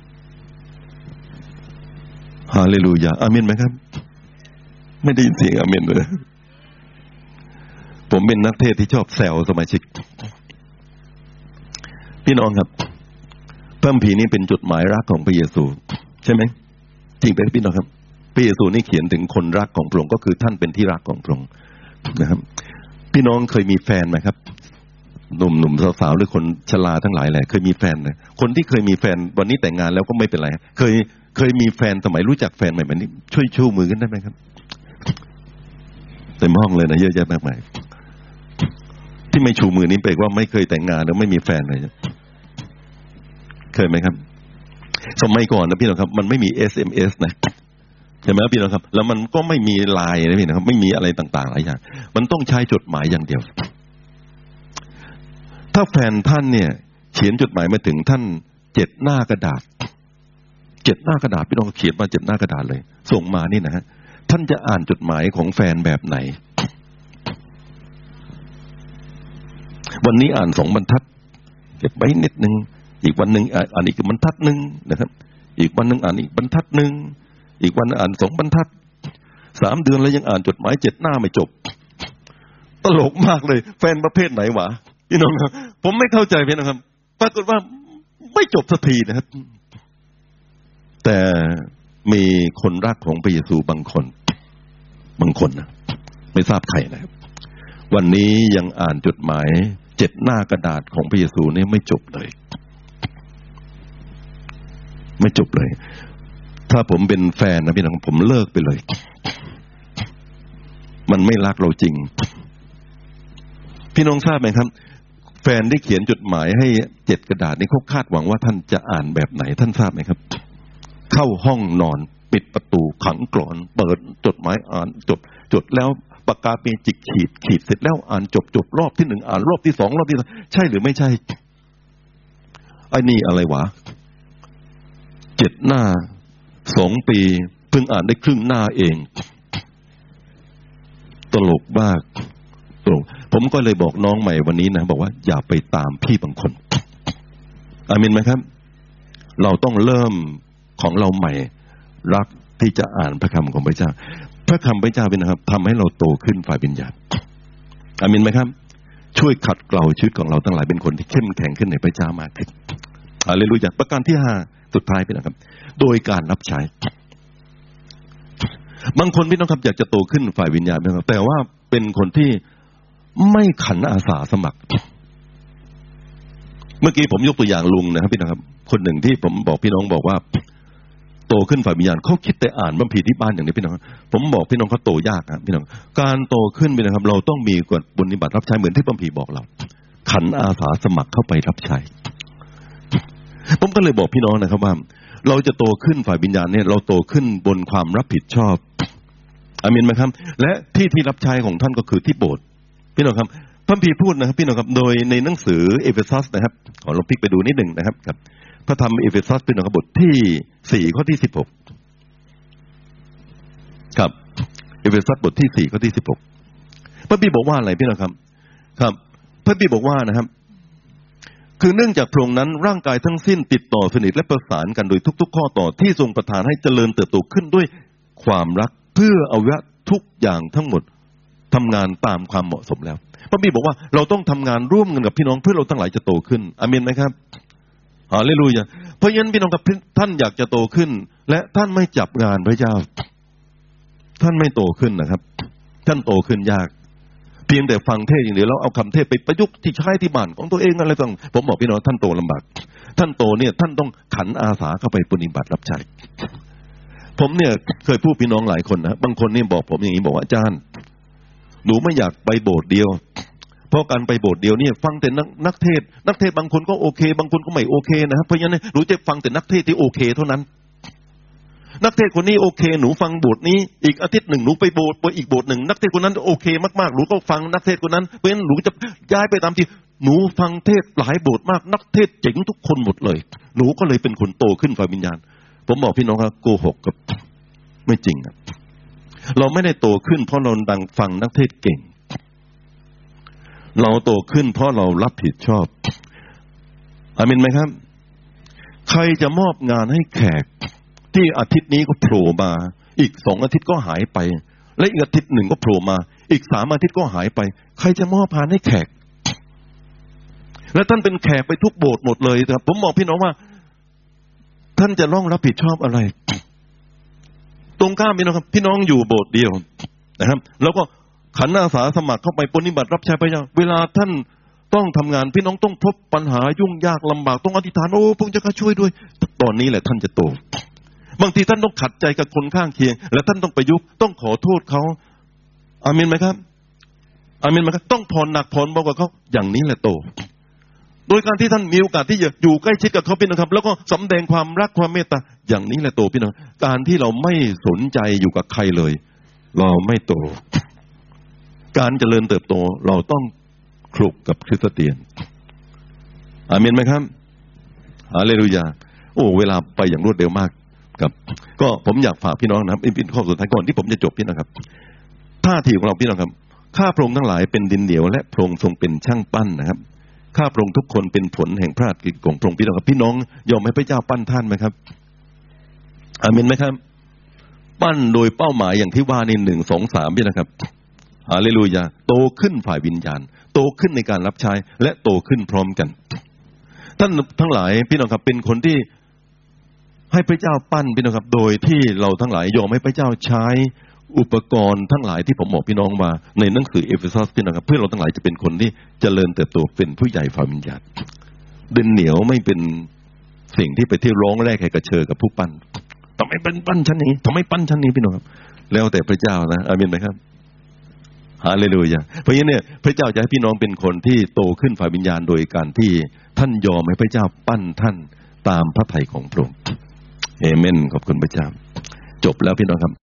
ฮาเลลูยาอาเมนไหมครับไม่ได้ยินเสียงอาเมนเลยผมเป็นนักเทศที่ชอบแซวสมาชิกพี่น้องครับพระคัมภีร์นี้เป็นจดหมายรักของพระเยซูใช่ไหมจริงไหมพี่น้องครับพระเยซูนี่เขียนถึงคนรักของพระองค์ก็คือท่านเป็นที่รักของพระองค์นะครับพี่น้องเคยมีแฟนไหมครับหนุ่มๆสาวๆหรือคนชราทั้งหลายแหละเคยมีแฟนนะคนที่เคยมีแฟนวันนี้แต่งงานแล้วก็ไม่เป็นไรเคยเคยมีแฟนสมัยรู้จักแฟนใหม่ๆนี้ช่วยชูมือกันได้ไหมครับเต็มห้องเลยนะเยอะแยะมากมายที่ไม่ชูมือนี้แปลว่าไม่เคยแต่งงานหรือไม่มีแฟนเลยเคยไหมครับสมัยก่อนนะพี่น้องครับมันไม่มี เอส เอ็ม เอส นะใช่ไหมพี่น้องครับแล้วมันก็ไม่มีไลน์นะพี่น้องครับไม่มีอะไรต่างๆหลายอย่างมันต้องใช้จดหมายอย่างเดียวถ้าแฟนท่านเนี่ยเขียนจดหมายมาถึงท่านเจ็ดหน้ากระดาษเจ็ดหน้ากระดาษพี่น้องเขียนมาเจ็ดหน้ากระดาษเลยส่งมานี่นะฮะท่านจะอ่านจดหมายของแฟนแบบไหนวันนี้อ่านสองบรรทัดเก็บไว้นิดนึงอีกวันหนึ่งอ่านอีกบรรทัดหนึ่งนะครับอีกวันหนึ่งอ่านอีกบรรทัดหนึ่งอีกวันอ่านสองบรรทัดสามเดือนแล้วยังอ่านจดหมายเจ็ดหน้าไม่จบตลกมากเลยแฟนประเภทไหนวะพี่น้องครับผมไม่เข้าใจพี่น้องครับปรากฏว่าไม่จบสักทีนะครับแต่มีคนรักของพระเยซูบางคนบางคนนะไม่ทราบใครนะครับวันนี้ยังอ่านจดหมายเจ็ดหน้ากระดาษของพระเยซูนี่ไม่จบเลยไม่จบเลยถ้าผมเป็นแฟนนะพี่น้องผมเลิกไปเลยมันไม่รักเราจริงพี่น้องทราบไหมครับแฟนที่เขียนจดหมายให้เจ็ดกระดาษนี้เขาคาดหวังว่าท่านจะอ่านแบบไหนท่านทราบไหมครับเข้าห้องนอนปิดประตูขังกลอนเปิดจดหมายอ่านจบจดแล้วปากกาเมจิกขีดขีดเสร็จแล้วอ่านจบจบรอบที่หนึ่งอ่านรอบที่สองรอบที่สามใช่หรือไม่ใช่ไอ้นี่อะไรวะเจ็ดหน้าสองปีเพิ่งอ่านได้ครึ่งหน้าเองตลกมากตลกผมก็เลยบอกน้องใหม่วันนี้นะบอกว่าอย่าไปตามพี่บางคนอามินไหมครับเราต้องเริ่มของเราใหม่รักที่จะอ่านพระคำของพระเจ้าพระคำพระเจ้าเป็นนะครับทำให้เราโตขึ้นฝ่ายวิญญาณอามินไหมครับช่วยขัดเกลาชีวิตของเราทั้งหลายเป็นคนที่เข้มแข็งขึ้นในพระเจ้ามากขึ้นฮาเลลูยาประการที่ห้าสุดท้ายเป็นนะครับโดยการรับใช้บางคนพี่น้องครับอยากจะโตขึ้นฝ่ายวิญญาณนะครับแต่ว่าเป็นคนที่ไม่ขันอาสาสมัครเมื่อกี้ผมยกตัวอย่างลุงนะครับพี่น้องครับคนหนึ่งที่ผมบอกพี่น้องบอกว่าโตขึ้นฝ่ายวิญญาณเขาคิดแต่อ่านบัมพีที่บ้านอย่างนี้พี่น้องผมบอกพี่น้องเขาโตยากครับพี่น้องการโตขึ้นพี่น้องครับเราต้องมีกฎปฏิบัติรับใช้เหมือนที่บัมพีบอกเราขันอาสาสมัครเข้าไปรับใช้ผมก็เลยบอกพี่น้องนะครับว่าเราจะโตขึ้นฝ่ายวิญญาณเนี่ยเราโตขึ้นบนความรับผิดชอบอามินไหมครับและที่ที่รับใช้ของท่านก็คือที่โบสถ์พี่น้องครับพระคัมภีร์พูดนะครับพี่น้องครับโดยในหนังสือเอเฟซัสนะครับขอเราพลิกไปดูนิดหนึ่งนะครับครับพระธรรมเอเฟซัสพี่น้องครับบทที่สี่ข้อที่สิบหกครับเอเฟซัสบทที่สี่ข้อที่สิบหกพระคัมภีร์บอกว่าอะไรพี่น้องครับครับพระคัมภีร์บอกว่านะครับคือเนื่องจากพระองค์นั้นร่างกายทั้งสิ้นติดต่อสนิทและประสานกันโดยทุกๆข้อต่อที่ทรงประทานให้เจริญเติบโตขึ้นด้วยความรักเพื่ออวัยวะทุกอย่างทั้งหมดทำงานตามความเหมาะสมแล้วพระบิดาบอกว่าเราต้องทำงานร่วมกันกับพี่น้องเพื่อเราทั้งหลายจะโตขึ้นอาเมนไหมครับฮาเลลูยาเพราะฉะนั้นพี่น้องกับท่านอยากจะโตขึ้นและท่านไม่จับงานพระเจ้าท่านไม่โตขึ้นนะครับท่านโตขึ้นยากเพียงแต่ฟังเทศอย่างเดียวแล้วเอาคำเทศไปประยุกต์ที่ใช้ที่บ้านของตัวเองอะไรต่างผมบอกพี่น้องท่านโตลำบากท่านโตเนี่ยท่านต้องขันอาสาเข้าไปปฏิบัติรับใช้ผมเนี่ยเคยพูดพี่น้องหลายคนนะบางคนนี่บอกผมอย่างนี้บอกว่าอาจารย์หนูไม่อยากไปโบสถ์เดียวเพราะการไปโบสถ์เดียวเนี่ยฟังแต่นักนักเทศนักเทศบางคนก็โอเคบางคนก็ไม่โอเคนะครับเพราะฉะนั้นหนูจะฟังแต่นักเทศที่โอเคเท่านั้นนักเทศคนนี้โอเคหนูฟังโบสถ์นี้อีกอาทิตย์หนึ่งหนูไปโบสถ์ไปอีกโบสถ์หนึ่งนักเทศคนนั้นโอเคมากๆหนูก็ฟังนักเทศคนนั้นเพราะฉะนั้นหนูจะย้ายไปตามที่หนูฟังเทศหลายโบสถ์มากนักเทศเจ๋งทุกคนหมดเลยหนูก็เลยเป็นคนโตขึ้นฝ่ายวิญญาณผมบอกพี่น้องครับโกหกกับไม่จริงครับเราไม่ได้โตขึ้นเพราะเราดังฟังนักเทศเก่งเราโตขึ้นเพราะเรารับผิดชอบอาเมนไหมครับใครจะมอบงานให้แขกที่อาทิตย์นี้ก็โผล่มาอีกสองอาทิตย์ก็หายไปและอีกอาทิตย์หนึ่งก็โผล่มาอีกสามอาทิตย์ก็หายไปใครจะมอบงานให้แขกและท่านเป็นแขกไปทุกโบสถ์หมดเลยครับผมบอกพี่น้องว่าท่านจะต้องรับผิดชอบอะไรโตตรงข้ามพี่น้องครับพี่น้องอยู่โบสถ์เดียวนะครับแล้วก็ขันอาสาสมัครเข้าไปปฏิบัติรับใช้พระเจ้าเวลาท่านต้องทำงานพี่น้องต้องพบปัญหายุ่งยากลำบากต้องอธิษฐานโอ้พระเจ้าช่วยด้วยตอนนี้แหละท่านจะโตบางทีท่านต้องขัดใจกับคนข้างเคียงและท่านต้องประยุกต์ต้องขอโทษเขาอาเมนไหมครับอาเมนไหมครับต้องผ่อนหนักผ่อนเบากับเขาอย่างนี้แหละโตโดยการที่ท่านมีโอกาสที่จะอยู่ใกล้ชิดกับเขาพี่น้องครับแล้วก็สำแดงความรักความเมตตาอย่างนี้แหละโตพี่น้องการที่เราไม่สนใจอยู่กับใครเลยเราไม่โตการเจริญเติบโตเราต้องคลุกกับคริสเตียนอาเมนไหมครับฮาเลลูยาโอ้เวลาไปอย่างรวดเร็วมากครับก็ผมอยากฝากพี่น้องนะครับเป็นข้อสุดท้ายก่อนที่ผมจะจบพี่น้องครับท่าทีของเราพี่น้องครับข้าพระองค์ทั้งหลายเป็นดินเหนียวและพระองค์ทรงเป็นช่างปั้นนะครับข้าพระองค์ทุกคนเป็นผลแห่งพระหัตถ์ของพระองค์พี่น้องครับพี่น้องยอมให้พระเจ้าปั้นท่านไหมครับอาเมนไหมครับปั้นโดยเป้าหมายอย่างที่ว่าในหนึ่งสองสามพี่นะครับฮาเลลูยาโตขึ้นฝ่ายวิญญาณโตขึ้นในการรับใช้และโตขึ้นพร้อมกันท่านทั้งหลายพี่น้องครับเป็นคนที่ให้พระเจ้าปั้นพี่น้องครับโดยที่เราทั้งหลายยอมให้พระเจ้าใช้อุปกรณ์ทั้งหลายที่ผมบอกพี่น้องมาในหนังสือเอเฟซัสพี่น้องครับเพื่อเราทั้งหลายจะเป็นคนที่เจริญเติบโตเป็นผู้ใหญ่ฝ่ายวิญญาณดินเหนียวไม่เป็นสิ่งที่ไปที่ร้องแรกให้กระเชอกับผู้ปั้นทำไมเป็นปั้นชั้นนี้ทำไมปั้นชั้นนี้พี่น้องครับแล้วแต่พระเจ้านะอาเมนไหมครับฮาเลลูยาเพราะฉะนั้นเนี่ยพระเจ้าจะให้พี่น้องเป็นคนที่โตขึ้นฝ่ายวิญญาณโดยการที่ท่านยอมให้พระเจ้าปั้นท่านตามพระทัยของพระองค์เอเมนขอบคุณพระเจ้าจบแล้วพี่น้องครับ